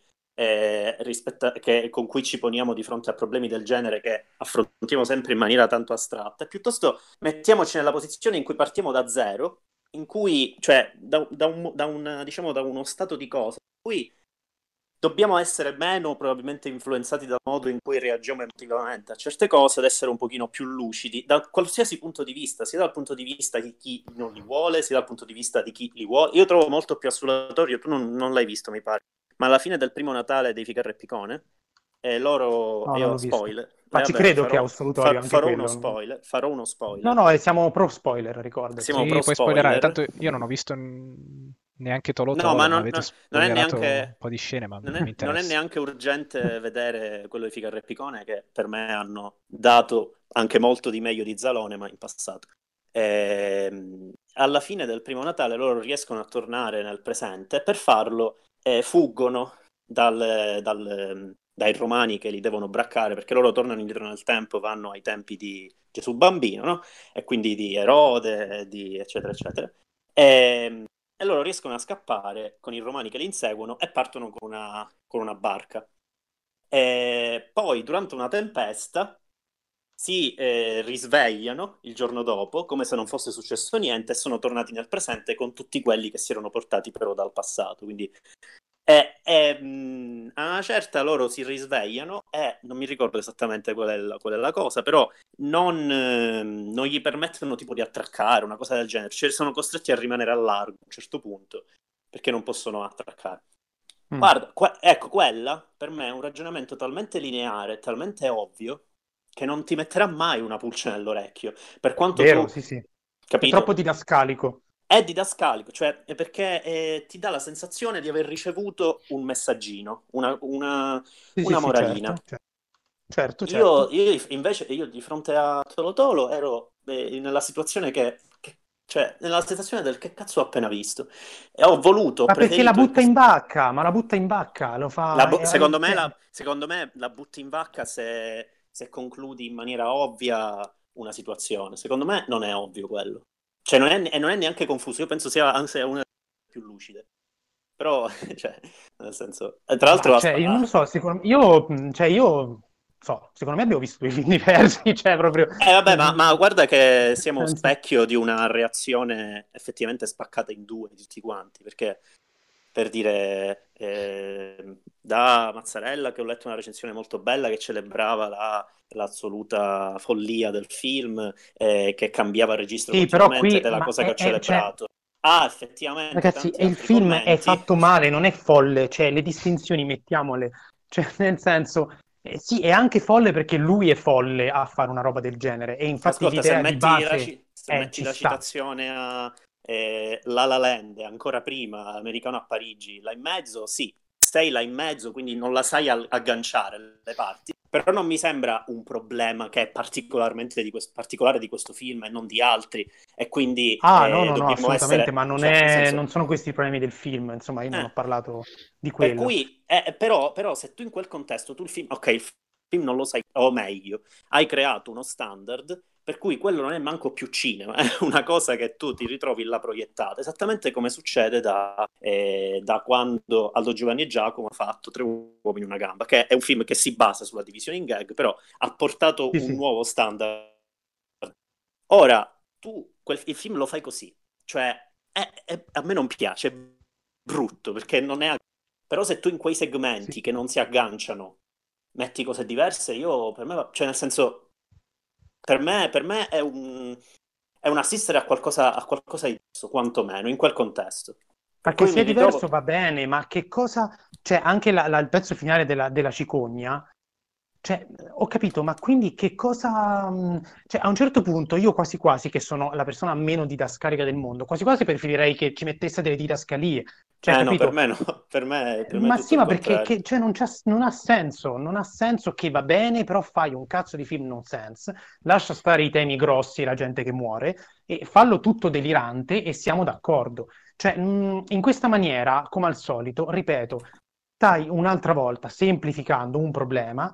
con cui ci poniamo di fronte a problemi del genere che affrontiamo sempre in maniera tanto astratta, e piuttosto mettiamoci nella posizione in cui partiamo da zero, in cui, cioè, diciamo, da uno stato di cose, in cui dobbiamo essere meno probabilmente influenzati dal modo in cui reagiamo emotivamente a certe cose, ad essere un pochino più lucidi da qualsiasi punto di vista, sia dal punto di vista di chi non li vuole, sia dal punto di vista di chi li vuole. Io trovo molto più assolatorio, tu non l'hai visto, mi pare, ma alla fine del primo Natale dei Ficarra e Picone, No, non io l'ho visto. spoiler, Ma ci vabbè, credo che è assolutorio anche quello. farò uno No, spoiler, no, siamo pro spoiler, ricordati. siamo Sì, pro puoi spoilerare. spoiler. Tanto io non ho visto neanche Tolo No, ma Tolo, ma avete non è spoilerato un neanche, po' di scene, ma non mi non è interessa. neanche urgente vedere quello di Ficarra e Picone, che per me hanno dato anche molto di meglio di Zalone, ma in passato. Alla fine del primo Natale loro riescono a tornare nel presente e per farlo fuggono dai romani che li devono braccare, perché loro tornano indietro nel tempo, vanno ai tempi di Gesù bambino, no? E quindi di Erode, di eccetera eccetera. E loro riescono a scappare con i romani che li inseguono e partono con una barca. E poi durante una tempesta si risvegliano il giorno dopo come se non fosse successo niente e sono tornati nel presente con tutti quelli che si erano portati però dal passato. Quindi a una certa loro si risvegliano e non mi ricordo esattamente qual è la cosa, però non gli permettono tipo di attraccare, una cosa del genere. Cioè sono costretti a rimanere a largo a un certo punto perché non possono attraccare. Guarda, ecco, quella per me è un ragionamento talmente lineare, talmente ovvio, che non ti metterà mai una pulce nell'orecchio. Per quanto Vero, tu, sì. È capito? troppo didascalico. È didascalico, cioè è perché ti dà la sensazione di aver ricevuto un messaggino, una Sì, moralina. certo. Io invece di fronte a Tolo Tolo ero nella situazione cioè nella sensazione del che cazzo ho appena visto. E ho voluto, ho Ma perché la preferito in butta in bacca? Ma la butta in bacca, lo fa... secondo me, cioè, secondo me la butti in vacca se concludi in maniera ovvia una situazione. Secondo me non è ovvio quello. Cioè non è neanche confuso. Io penso sia anzi una delle più lucide. Però, cioè, nel senso... Tra l'altro... cioè, io non lo so, io secondo me abbiamo visto due film diversi, cioè proprio... vabbè, ma guarda che siamo Senso. specchio di una reazione effettivamente spaccata in due di tutti quanti, perché per dire da Mazzarella che ho letto una recensione molto bella che celebrava l'assoluta follia del film, che cambiava il registro Sì, però continuamente qui... ed è la cosa che ho cioè, celebrato. Effettivamente ragazzi, tanti il altri film è commenti. fatto male, non è folle, cioè le distinzioni mettiamole, cioè nel senso, sì, è anche folle perché lui è folle a fare una roba del genere e infatti Ascolta, se l'idea di metti base metti ci la sta. citazione a La La Land, ancora prima, Americano a Parigi, là in mezzo, sì, stai là in mezzo, quindi non la sai agganciare le parti, però non mi sembra un problema che è particolare di questo film e non di altri, e quindi No, dobbiamo assolutamente, essere, ma cioè, nel senso... non sono questi i problemi del film, insomma, io non ho parlato di Per quello. cui, però, se tu in quel contesto, tu il film non lo sai, o meglio, hai creato uno standard per cui quello non è manco più cinema, è una cosa che tu ti ritrovi là proiettata, esattamente come succede da quando Aldo Giovanni e Giacomo ha fatto Tre uomini e una gamba, che è un film che si basa sulla divisione in gag, però ha portato un nuovo standard. Ora, tu il film lo fai così, cioè a me non piace, è brutto, perché non è... Però se tu in quei segmenti che non si agganciano metti cose diverse, per me, cioè nel senso, per me è un assistere a qualcosa di diverso, quantomeno, in quel contesto. Per Perché cui se mi è diverso ritrovo... va bene, ma che cosa... Cioè, anche il pezzo finale della cicogna, cioè, ho capito, ma quindi che cosa... Cioè, a un certo punto io quasi quasi, che sono la persona meno didascalica del mondo, quasi quasi preferirei che ci mettesse delle didascalie. Cioè, no, per capito? me no, per me è Ma tutto sì, il ma perché contrario. cioè, non ha senso che va bene, però fai un cazzo di film nonsense, lascia stare i temi grossi e la gente che muore, e fallo tutto delirante e siamo d'accordo. Cioè, in questa maniera, come al solito, ripeto, stai un'altra volta semplificando un problema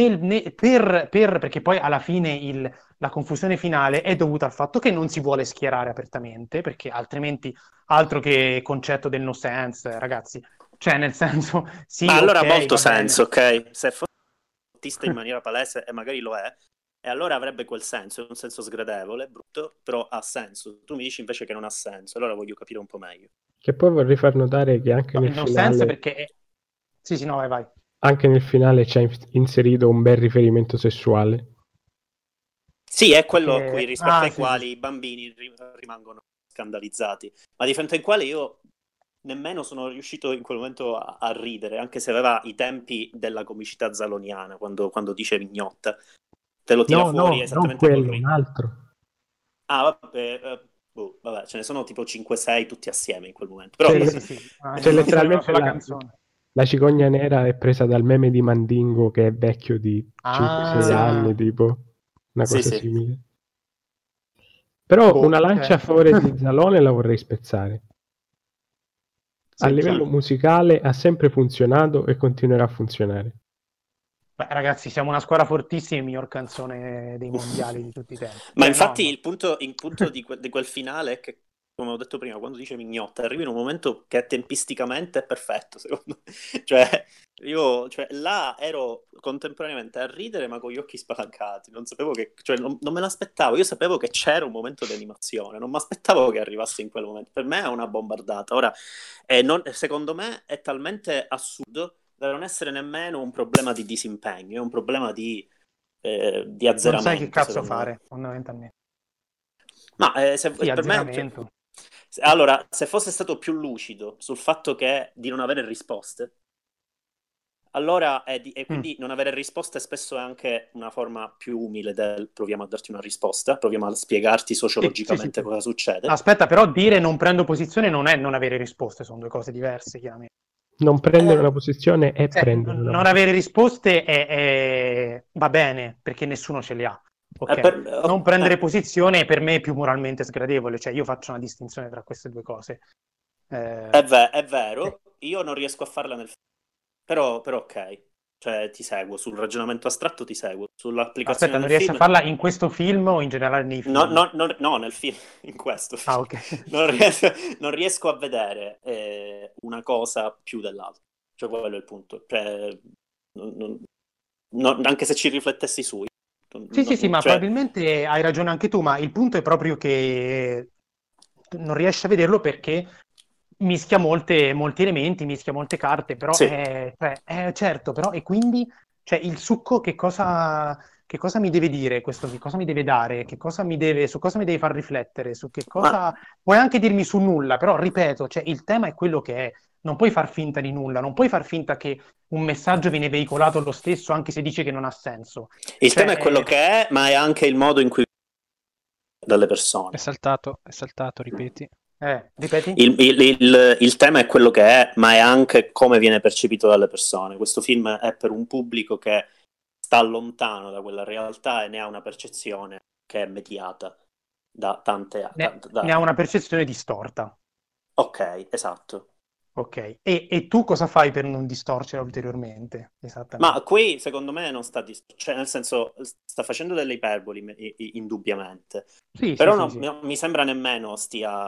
perché poi alla fine la confusione finale è dovuta al fatto che non si vuole schierare apertamente, perché altrimenti altro che concetto del no sense, ragazzi. Cioè, nel senso, Ma sì, allora ha ok, molto va bene. senso, ok? Se fosse autista in maniera palese, e magari lo è, e allora avrebbe quel senso, è un senso sgradevole, brutto, però ha senso. Tu mi dici invece che non ha senso, allora voglio capire un po' meglio. Che poi vorrei far notare che anche No, nel il no sense finale, perché... Sì, no, vai. anche nel finale c'è inserito un bel riferimento sessuale. Sì, è quello rispetto ai Sì. quali i bambini rimangono scandalizzati, ma di fronte ai quali io nemmeno sono riuscito in quel momento a ridere, anche se aveva i tempi della comicità zaloniana, quando dice Vignotta, te lo tira No, fuori non esattamente col quello, un altro. vabbè, vabbè, ce ne sono tipo 5-6 tutti assieme in quel momento. Però, Sì. Cioè, Non c'è una letteralmente sola canzone. la cicogna nera è presa dal meme di Mandingo che è vecchio di 5-6 sì. anni, tipo una Sì, cosa sì. simile. Però una lancia a cioè. favore di Zalone la vorrei spezzare. A Sì, livello sì. musicale ha sempre funzionato e continuerà a funzionare. Beh, ragazzi, siamo una squadra fortissima, miglior canzone dei mondiali di tutti i tempi. Ma Cioè, infatti no. il punto di quel finale è che, come ho detto prima, quando dice Mignotta, arrivi in un momento che tempisticamente è perfetto, secondo me. Cioè, là ero contemporaneamente a ridere, ma con gli occhi spalancati. Non sapevo cioè, non me l'aspettavo. Io sapevo che c'era un momento di animazione, non mi aspettavo che arrivasse in quel momento. Per me è una bombardata. Ora, secondo me è talmente assurdo da non essere nemmeno un problema di disimpegno, è un problema di Non sai che azzeramento, cazzo secondo me. fare, fondamentalmente. Ma Sì, per me, azzeramento. allora, se fosse stato più lucido sul fatto di non avere risposte, allora, e Mm. quindi non avere risposte spesso è anche una forma più umile del proviamo a darti una risposta, proviamo a spiegarti Sì, sì, sì, sociologicamente sì. cosa succede. Aspetta, però dire non prendo posizione non è non avere risposte, sono due cose diverse, chiaramente. Non prendere una Eh, posizione è Cioè, prendere una non posizione. avere risposte va bene, perché nessuno ce le ha, ok? Non prendere posizione per me è più moralmente sgradevole, cioè io faccio una distinzione tra queste due cose. è Sì. vero, io non riesco a farla nel film, però ok, cioè ti seguo, sul ragionamento astratto ti seguo, sull'applicazione Aspetta, non nel riesci a film. farla in questo film o in generale nei No, film? no, no, nel film, in questo Ah, film. ok. Non riesco a vedere una cosa più dell'altra. Cioè, quello è il punto. Cioè, anche se ci riflettessi su. Sì, sì, sì, ma Cioè, probabilmente hai ragione anche tu, ma il punto è proprio che non riesci a vederlo perché mischia molti elementi, mischia molte carte, però sì. certo, però e quindi cioè, il succo che cosa mi deve dire questo, che cosa mi deve dare, su cosa mi deve far riflettere, su che Ma, cosa puoi anche dirmi su nulla, però ripeto, cioè, il tema è quello che è, non puoi far finta di nulla, non puoi far finta che un messaggio viene veicolato lo stesso anche se dici che non ha senso. il tema è quello Cioè, che è, ma è anche il modo in cui dalle È persone. saltato, ripeti. ripeti? Il tema è quello che è, ma è anche come viene percepito dalle persone. Questo film è per un pubblico che sta lontano da quella realtà e ne ha una percezione che è mediata da tante. Ne ha una percezione distorta. Ok, esatto. Ok. E tu cosa fai per non distorcere ulteriormente? Ma Esattamente. qui secondo me non cioè nel senso sta facendo delle iperboli indubbiamente, Sì, sì, però sì, sì. non mi sembra nemmeno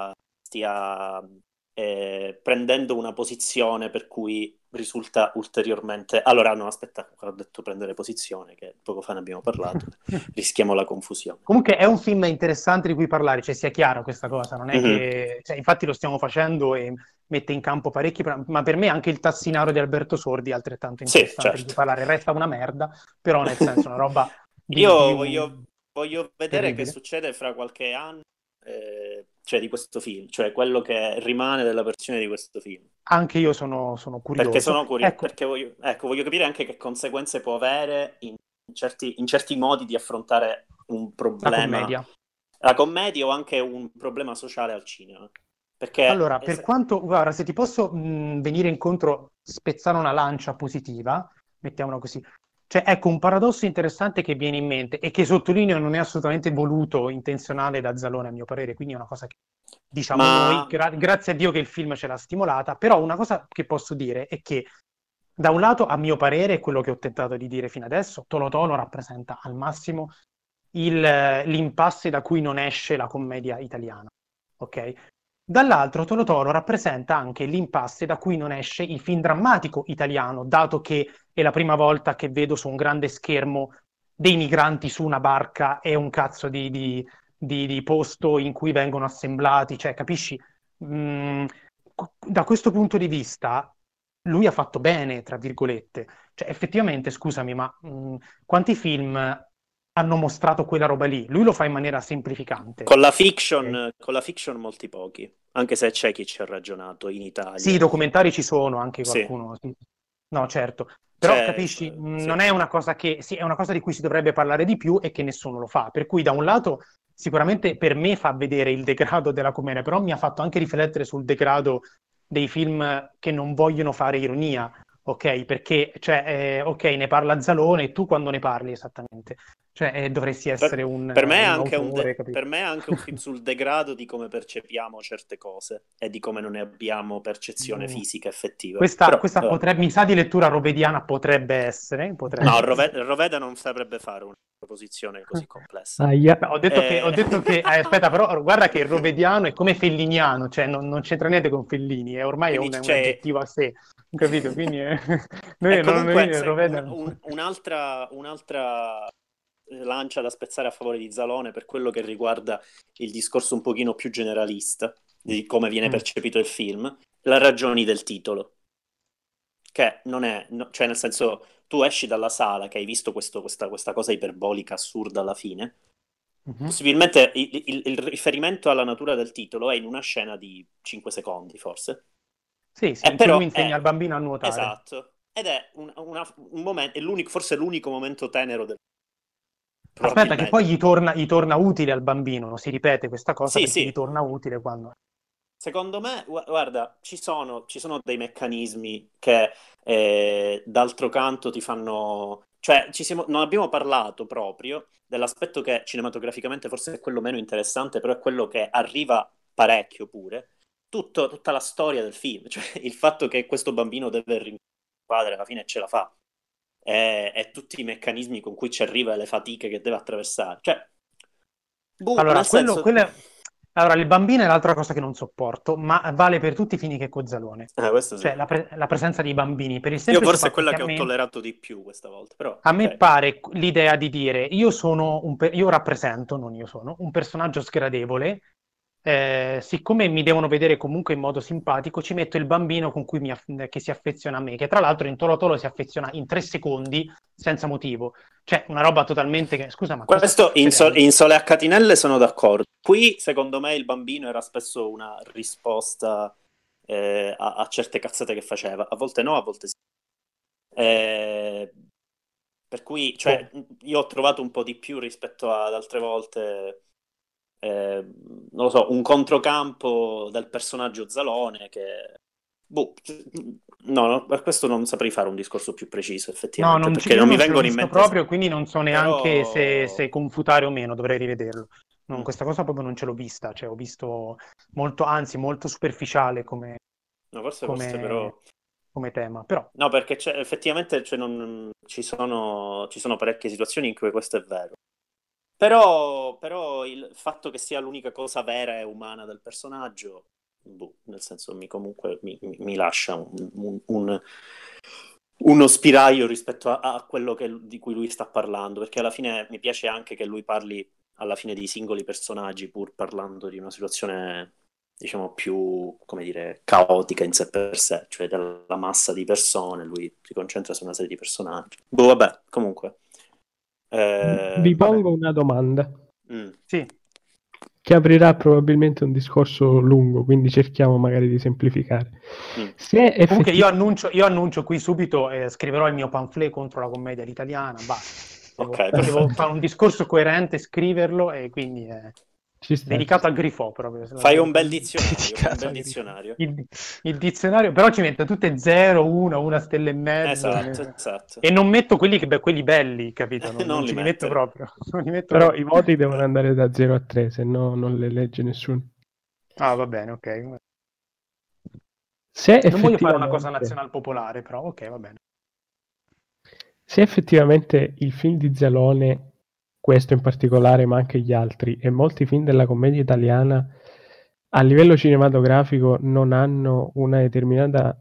stia prendendo una posizione per cui risulta ulteriormente. Allora, no, aspetta, ho detto prendere posizione, che poco fa ne abbiamo parlato, rischiamo la confusione. Comunque è un film interessante di cui parlare, cioè sia chiaro questa cosa, non è Mhm. che... Cioè, infatti lo stiamo facendo e mette in campo parecchi, ma per me anche il Tassinaro di Alberto Sordi è altrettanto Sì, interessante di cui certo. parlare. Resta una merda, però nel senso una roba Io di un... voglio vedere che terribile. succede fra qualche anno, cioè di questo film, cioè quello che rimane della versione di questo film. Anche io sono Perché curioso. sono curioso, Ecco, perché voglio capire anche che conseguenze può avere in certi modi di affrontare un la problema, commedia. la commedia o anche un problema sociale al cinema. Perché, Allora, per quanto, guarda, se ti posso venire incontro, spezzare una lancia positiva, mettiamola così. Cioè, ecco, un paradosso interessante che viene in mente e che sottolineo non è assolutamente voluto, intenzionale da Zalone, a mio parere, quindi è una cosa che diciamo noi, ma grazie a Dio che il film ce l'ha stimolata, però una cosa che posso dire è che, da un lato, a mio parere, quello che ho tentato di dire fino adesso, Tolo Tolo rappresenta al massimo l'impasse da cui non esce la commedia italiana, ok? Dall'altro, Tolo Tolo rappresenta anche l'impasse da cui non esce il film drammatico italiano, dato che è la prima volta che vedo su un grande schermo dei migranti su una barca e un cazzo di posto in cui vengono assemblati, cioè, capisci? Mm, da questo punto di vista, lui ha fatto bene, tra virgolette. Cioè, effettivamente, scusami, ma quanti film hanno mostrato quella roba lì? Lui lo fa in maniera semplificante. con la Ok? fiction molti pochi, anche se c'è chi ci ha ragionato in Sì, i Italia. documentari ci sono, anche Sì, qualcuno. Sì. No, certo. Però c'è, capisci, sì. non è una cosa che, sì, è una cosa di cui si dovrebbe parlare di più e che nessuno lo fa. Per cui da un lato sicuramente per me fa vedere il degrado della commedia, però mi ha fatto anche riflettere sul degrado dei film che non vogliono fare ironia, ok? Perché, cioè, ok, ne parla Zalone e tu quando ne parli esattamente? Cioè, dovresti essere un per me è un anche autore, capito? per me è anche un film sul degrado di come percepiamo certe cose e di come non ne abbiamo percezione Mm. fisica effettiva. Questa Però, potrebbe, mi sa di lettura rovediana potrebbe essere. no, Roveda non saprebbe fare una proposizione così complessa. Aia. No, ho detto che aspetta, però guarda che il rovediano è come felliniano, cioè non c'entra niente con Fellini, ormai è Quindi un c'è... aggettivo a sé, capito? Quindi E comunque Roveda... un'altra lancia da spezzare a favore di Zalone per quello che riguarda il discorso un pochino più generalista di come viene percepito il film, le ragioni del titolo. Che non è, cioè nel senso, tu esci dalla sala che hai visto questa cosa iperbolica assurda alla fine, possibilmente il riferimento alla natura del titolo è in una scena di 5 secondi forse. Sì, in cui Però lui insegna al bambino a nuotare. Esatto, ed è un momento, forse l'unico momento tenero del... Aspetta, che poi gli torna utile al bambino, si ripete questa cosa Sì, perché sì. gli torna utile quando... Secondo me, guarda, ci sono dei meccanismi che d'altro canto ti fanno... Cioè, non abbiamo parlato proprio dell'aspetto che cinematograficamente forse è quello meno interessante, però è quello che arriva parecchio pure. Tutta la storia del film, cioè il fatto che questo bambino deve rincontrare il padre alla fine ce la fa, e tutti i meccanismi con cui ci arriva e le fatiche che deve attraversare. Cioè, Allora, nel senso... allora, le bambine è l'altra cosa che non sopporto, ma vale per tutti i film che Cozzalone. questo sì. Cioè, la presenza dei bambini. Per il Io semplice forse è fatto quella che ho a me, tollerato di più questa volta, però... a me ok. pare l'idea di dire, io rappresento, non io sono, un personaggio sgradevole, siccome mi devono vedere comunque in modo simpatico, ci metto il bambino con cui che si affeziona a me, che tra l'altro in Tolo Tolo si affeziona in 3 secondi senza motivo. Cioè, una roba totalmente... Scusa, ma cosa sta Questo succedendo? in Sole a Catinelle sono d'accordo. Qui, secondo me, il bambino era spesso una risposta a certe cazzate che faceva. A volte no, a volte sì. Per cui, cioè, io ho trovato un po' di più rispetto ad altre volte, non lo so, un controcampo del personaggio Zalone che... no, per questo non saprei fare un discorso più preciso, No, effettivamente, perché io non mi non ce l'ho vengono in visto mente... proprio, quindi non so neanche Però... se confutare o meno, dovrei rivederlo. Questa cosa proprio non ce l'ho vista, cioè ho visto molto, anzi molto superficiale come, No, forse come, però... come tema, però No, perché effettivamente ci sono parecchie situazioni in cui questo è vero. Però il fatto che sia l'unica cosa vera e umana del personaggio, nel senso comunque mi lascia uno spiraglio rispetto a quello di cui lui sta parlando, perché alla fine mi piace anche che lui parli alla fine di singoli personaggi, pur parlando di una situazione, diciamo, più, come dire, caotica in sé per sé, cioè della massa di persone, lui si concentra su una serie di personaggi. Vabbè, comunque. Vi pongo una domanda. sì. Che aprirà probabilmente un discorso lungo, quindi cerchiamo magari di semplificare. Comunque io annuncio qui subito, scriverò il mio pamphlet contro la commedia italiana, basta. Devo fare un discorso coerente, scriverlo e quindi dedicato al Grifo proprio. Fai un bel dizionario. Il dizionario, però ci metto tutte 0, 1, 1 stella e mezzo. Esatto. E non metto quelli belli, capito? Non ce li metto proprio. Però i voti devono andare da 0 a 3, se no non le legge nessuno. Ah, va bene, ok. Non voglio fare una cosa nazional popolare, però ok, va bene. Se effettivamente il film di Zalone, questo in particolare, ma anche gli altri, e molti film della commedia italiana a livello cinematografico non hanno una determinata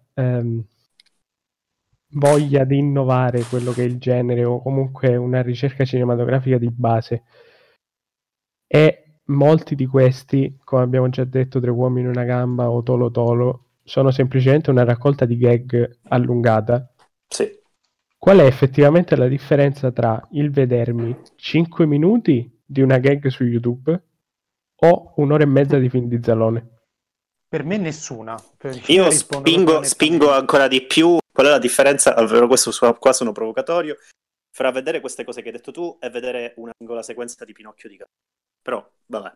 voglia di innovare quello che è il genere o comunque una ricerca cinematografica di base, e molti di questi, come abbiamo già detto, Tre uomini e una gamba o Tolo Tolo, sono semplicemente una raccolta di gag allungata. Sì. Qual è effettivamente la differenza tra il vedermi 5 minuti di una gag su YouTube o un'ora e mezza di film di Zalone? Per me nessuna. Io spingo ancora di più. Qual è la differenza, ovvero questo qua sono provocatorio, fra vedere queste cose che hai detto tu e vedere una singola sequenza di Pinocchio di Gasperi. però vabbè.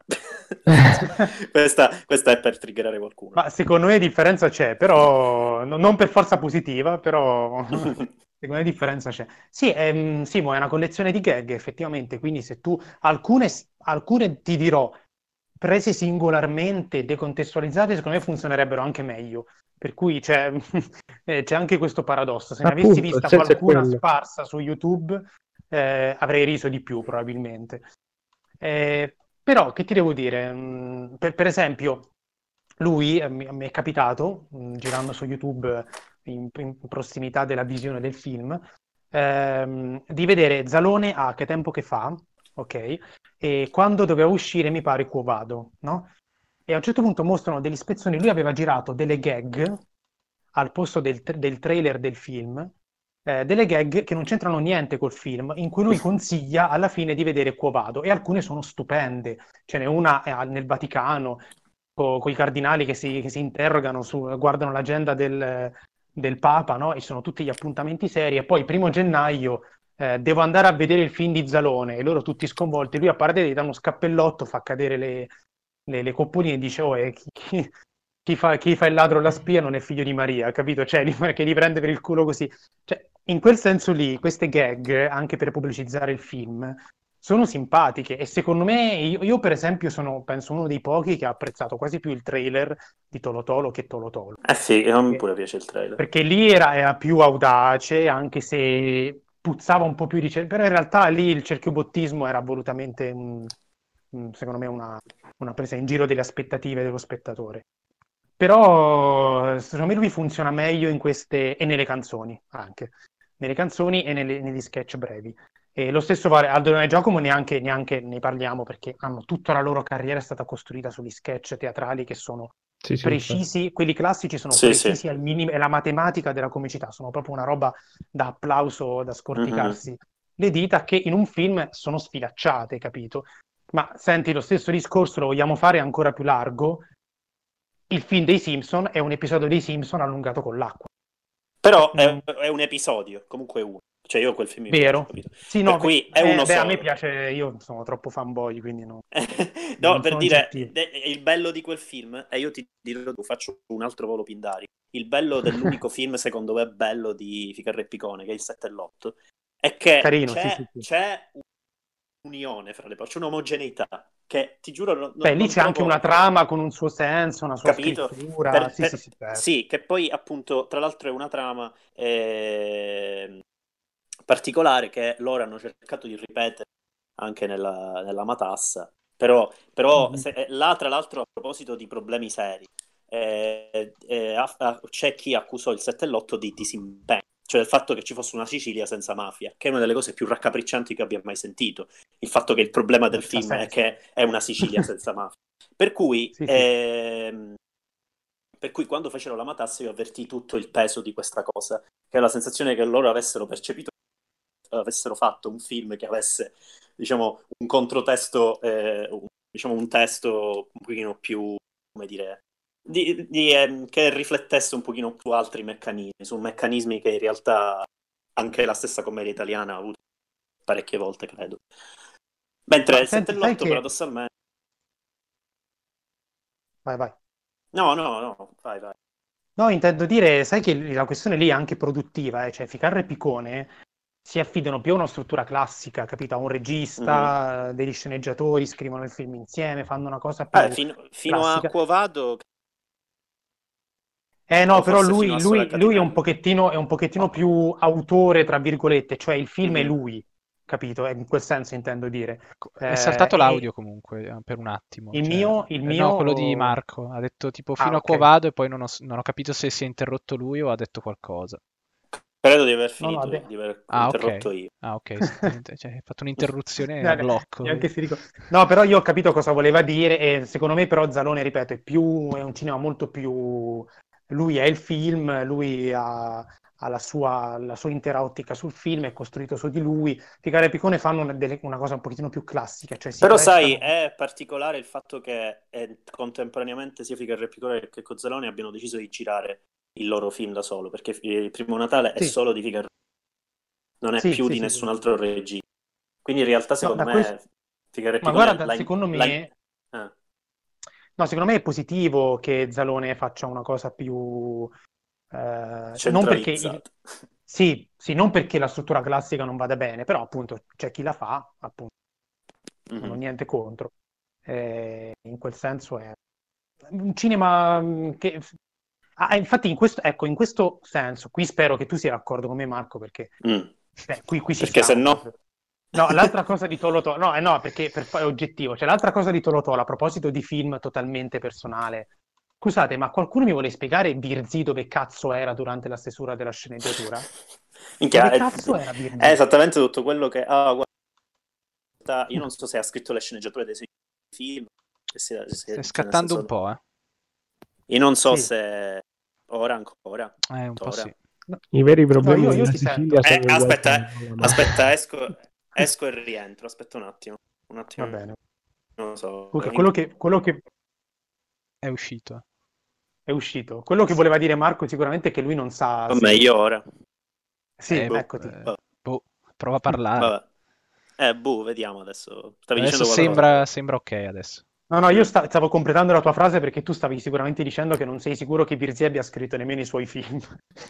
questa è per triggerare qualcuno. Ma secondo me differenza c'è, però non per forza positiva, però secondo me differenza c'è. Sì, Simo, è una collezione di gag, effettivamente, quindi se tu alcune ti dirò prese singolarmente, decontestualizzate, secondo me funzionerebbero anche meglio. Per cui c'è anche questo paradosso. Se ne avessi Appunto, il vista senso è qualcuna quello. sparsa su YouTube, avrei riso di più, probabilmente. Però, che ti devo dire? Per esempio, lui, mi è capitato, girando su YouTube in prossimità della visione del film, di vedere Zalone a Che tempo che fa, ok? E quando doveva uscire, mi pare, Quo Vado, no? E a un certo punto mostrano degli spezzoni, lui aveva girato delle gag al posto del trailer del film, delle gag che non c'entrano niente col film, in cui lui consiglia alla fine di vedere Quo Vado, e alcune sono stupende. Ce n'è una nel Vaticano, con i cardinali che si interrogano, guardano l'agenda del Papa, no? E sono tutti gli appuntamenti seri, e poi 1° gennaio devo andare a vedere il film di Zalone, e loro tutti sconvolti, lui a parte gli dà uno scappellotto, fa cadere le coppoline e dice: oh, chi fa il ladro o la spia non è figlio di Maria, capito? Cioè, che li prende per il culo così. Cioè, in quel senso lì, queste gag, anche per pubblicizzare il film, sono simpatiche, e secondo me, io per esempio sono, penso, uno dei pochi che ha apprezzato quasi più il trailer di Tolo Tolo che Tolo Tolo. Sì, a me pure piace il trailer. Perché lì era più audace, anche se puzzava un po' più di però in realtà lì il cerchiobottismo era volutamente, secondo me, una presa in giro delle aspettative dello spettatore. Però secondo me lui funziona meglio in queste, e nelle canzoni anche, nelle canzoni e negli sketch brevi. E lo stesso vale Aldo e Giacomo, neanche ne parliamo, perché tutta la loro carriera è stata costruita sugli sketch teatrali che sono Sì, precisi, quelli classici sono Sì, precisi sì. al minimo, è la matematica della comicità, sono proprio una roba da applauso, da scorticarsi le dita, che in un film sono sfilacciate, capito? Ma senti, lo stesso discorso lo vogliamo fare ancora più largo. Il film dei Simpson è un episodio dei Simpson allungato con l'acqua. Però è un episodio, comunque uno. Cioè io quel film mi piace, Vero? capito? Sì, Per no, cui è uno a solo. me piace, io sono troppo fanboy, quindi no, No, non per sono dire, oggettivo. il bello di quel film, e io ti dirò, faccio un altro volo Pindari, il bello dell'unico film, secondo me, bello di Ficarra e Picone, che è il 7 e l'8, è che Carino, sì. c'è un'unione fra le parti, c'è un'omogeneità, che ti giuro Beh, lì non c'è anche trovo... una trama con un suo senso, una sua Capito? scrittura. Sì, certo. Sì, che poi appunto, tra l'altro è una trama particolare che loro hanno cercato di ripetere anche nella Matassa, però là tra l'altro a proposito di problemi seri, c'è chi accusò il 7 e l'8 di disimpegno, cioè del fatto che ci fosse una Sicilia senza mafia, che è una delle cose più raccapriccianti che abbia mai sentito, il fatto che il problema del film è che è una Sicilia senza mafia. Per cui, Sì. per cui quando fecero la Matassa io avvertì tutto il peso di questa cosa, che è la sensazione che loro avessero percepito, avessero fatto un film che avesse, diciamo, un controtesto, diciamo un testo un pochino più, come dire, che riflettesse un pochino più altri meccanismi, su meccanismi che in realtà anche la stessa commedia italiana ha avuto parecchie volte, credo. Mentre il 7 e l'8 paradossalmente... Vai. No, vai. No, intendo dire, sai che la questione lì è anche produttiva, cioè Ficarra e Picone si affidano più a una struttura classica, capito? A un regista, degli sceneggiatori, scrivono il film insieme, fanno una cosa più fino a classica. Quo Vado... No, però lui è un pochettino più autore, tra virgolette, cioè il film è lui, capito? In quel senso intendo dire. È saltato l'audio comunque per un attimo. Il mio... No, quello di Marco. Ha detto tipo fino a Quo Vado e poi non ho capito se si è interrotto lui o ha detto qualcosa. Credo di aver finito, di aver interrotto io. Ah, ok. Cioè, hai fatto un'interruzione a blocco. No, però io ho capito cosa voleva dire, e secondo me però Zalone, ripeto, è un cinema molto più... Lui è il film, lui ha la sua intera ottica sul film, è costruito su di lui. Ficarra e Picone fanno una cosa un pochettino più classica, cioè si però prestano... sai, è particolare il fatto che contemporaneamente sia Ficarra e Picone che Cozzalone abbiano deciso di girare il loro film da solo, perché il Primo Natale è solo di Ficarra, non è più di nessun altro regista. Quindi in realtà secondo me Ma guarda, secondo me... No, secondo me è positivo che Zalone faccia una cosa più... non perché... Sì, non perché la struttura classica non vada bene, però appunto c'è chi la fa, appunto, non ho niente contro. In quel senso è un cinema che... infatti in questo senso, qui spero che tu sia d'accordo con me, Marco, perché qui si perché se no... No, l'altra cosa di Tolo Tolo, no, perché è oggettivo, cioè l'altra cosa di Tolo Tolo, a proposito di film totalmente personale, scusate, ma qualcuno mi vuole spiegare Virzì dove cazzo era durante la stesura della sceneggiatura? Dove cazzo era Virzì? È esattamente tutto quello che... guarda, io non so se ha scritto le sceneggiature dei suoi film. Stai scattando un po', Io non so se... Ora ancora. Un po' sì. I veri problemi della Sicilia sono aspetta, esco e rientro. Aspetta un attimo. Va bene. Non lo so. Quello che... È uscito. È uscito. Quello che voleva dire Marco sicuramente è che lui non sa... Vabbè, io ora. Sì, eccoti. Prova a parlare. Vabbè. Vediamo adesso. Stavi adesso dicendo sembra ok adesso. No, io stavo completando la tua frase perché tu stavi sicuramente dicendo che non sei sicuro che Virzì abbia scritto nemmeno i suoi film.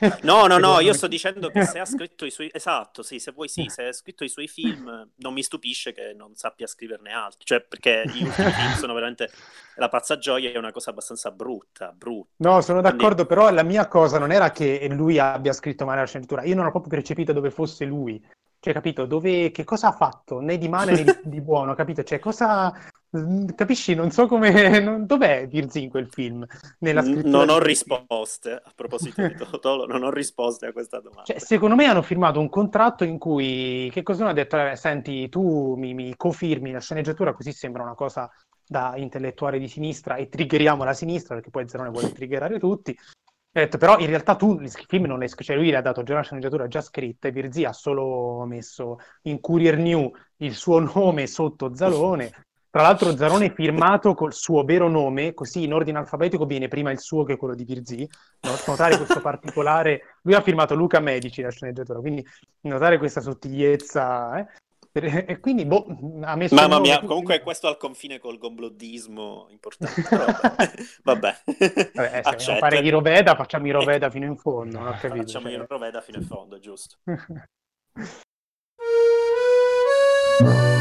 No, io sto dicendo che se ha scritto i suoi... Esatto, sì, se ha scritto i suoi film, non mi stupisce che non sappia scriverne altri. Cioè, perché gli ultimi film sono veramente... La pazza gioia è una cosa abbastanza brutta. No, sono d'accordo, però la mia cosa non era che lui abbia scritto male la sceneggiatura. Io non ho proprio percepito dove fosse lui. Cioè, capito? Che cosa ha fatto? Né di male né di buono, capito? Cioè, cosa... Capisci? Non so come... Dov'è Virzì in quel film? Nella scrittura non ho risposte. A proposito di Tolo, non ho risposte a questa domanda. Cioè, secondo me hanno firmato un contratto in cui... Che cosa hanno detto? Senti, tu mi cofirmi la sceneggiatura, così sembra una cosa da intellettuale di sinistra e triggeriamo la sinistra, perché poi Zerone vuole triggerare tutti. Ho detto, però in realtà tu il film non l'hai scritto, cioè lui le ha dato già una sceneggiatura già scritta e Virzì ha solo messo in Courier New il suo nome sotto Zalone. Tra l'altro Zalone è firmato col suo vero nome, così in ordine alfabetico viene prima il suo che quello di Virzì. Notare questo particolare, lui ha firmato Luca Medici la sceneggiatura, quindi notare questa sottigliezza, e quindi ha messo mamma mia, comunque questo al confine col gomblodismo importante, però vabbè. Se vogliamo fare i Roveda, facciamo i Roveda fino in fondo, non ho capito. Facciamo i Roveda fino in fondo, giusto.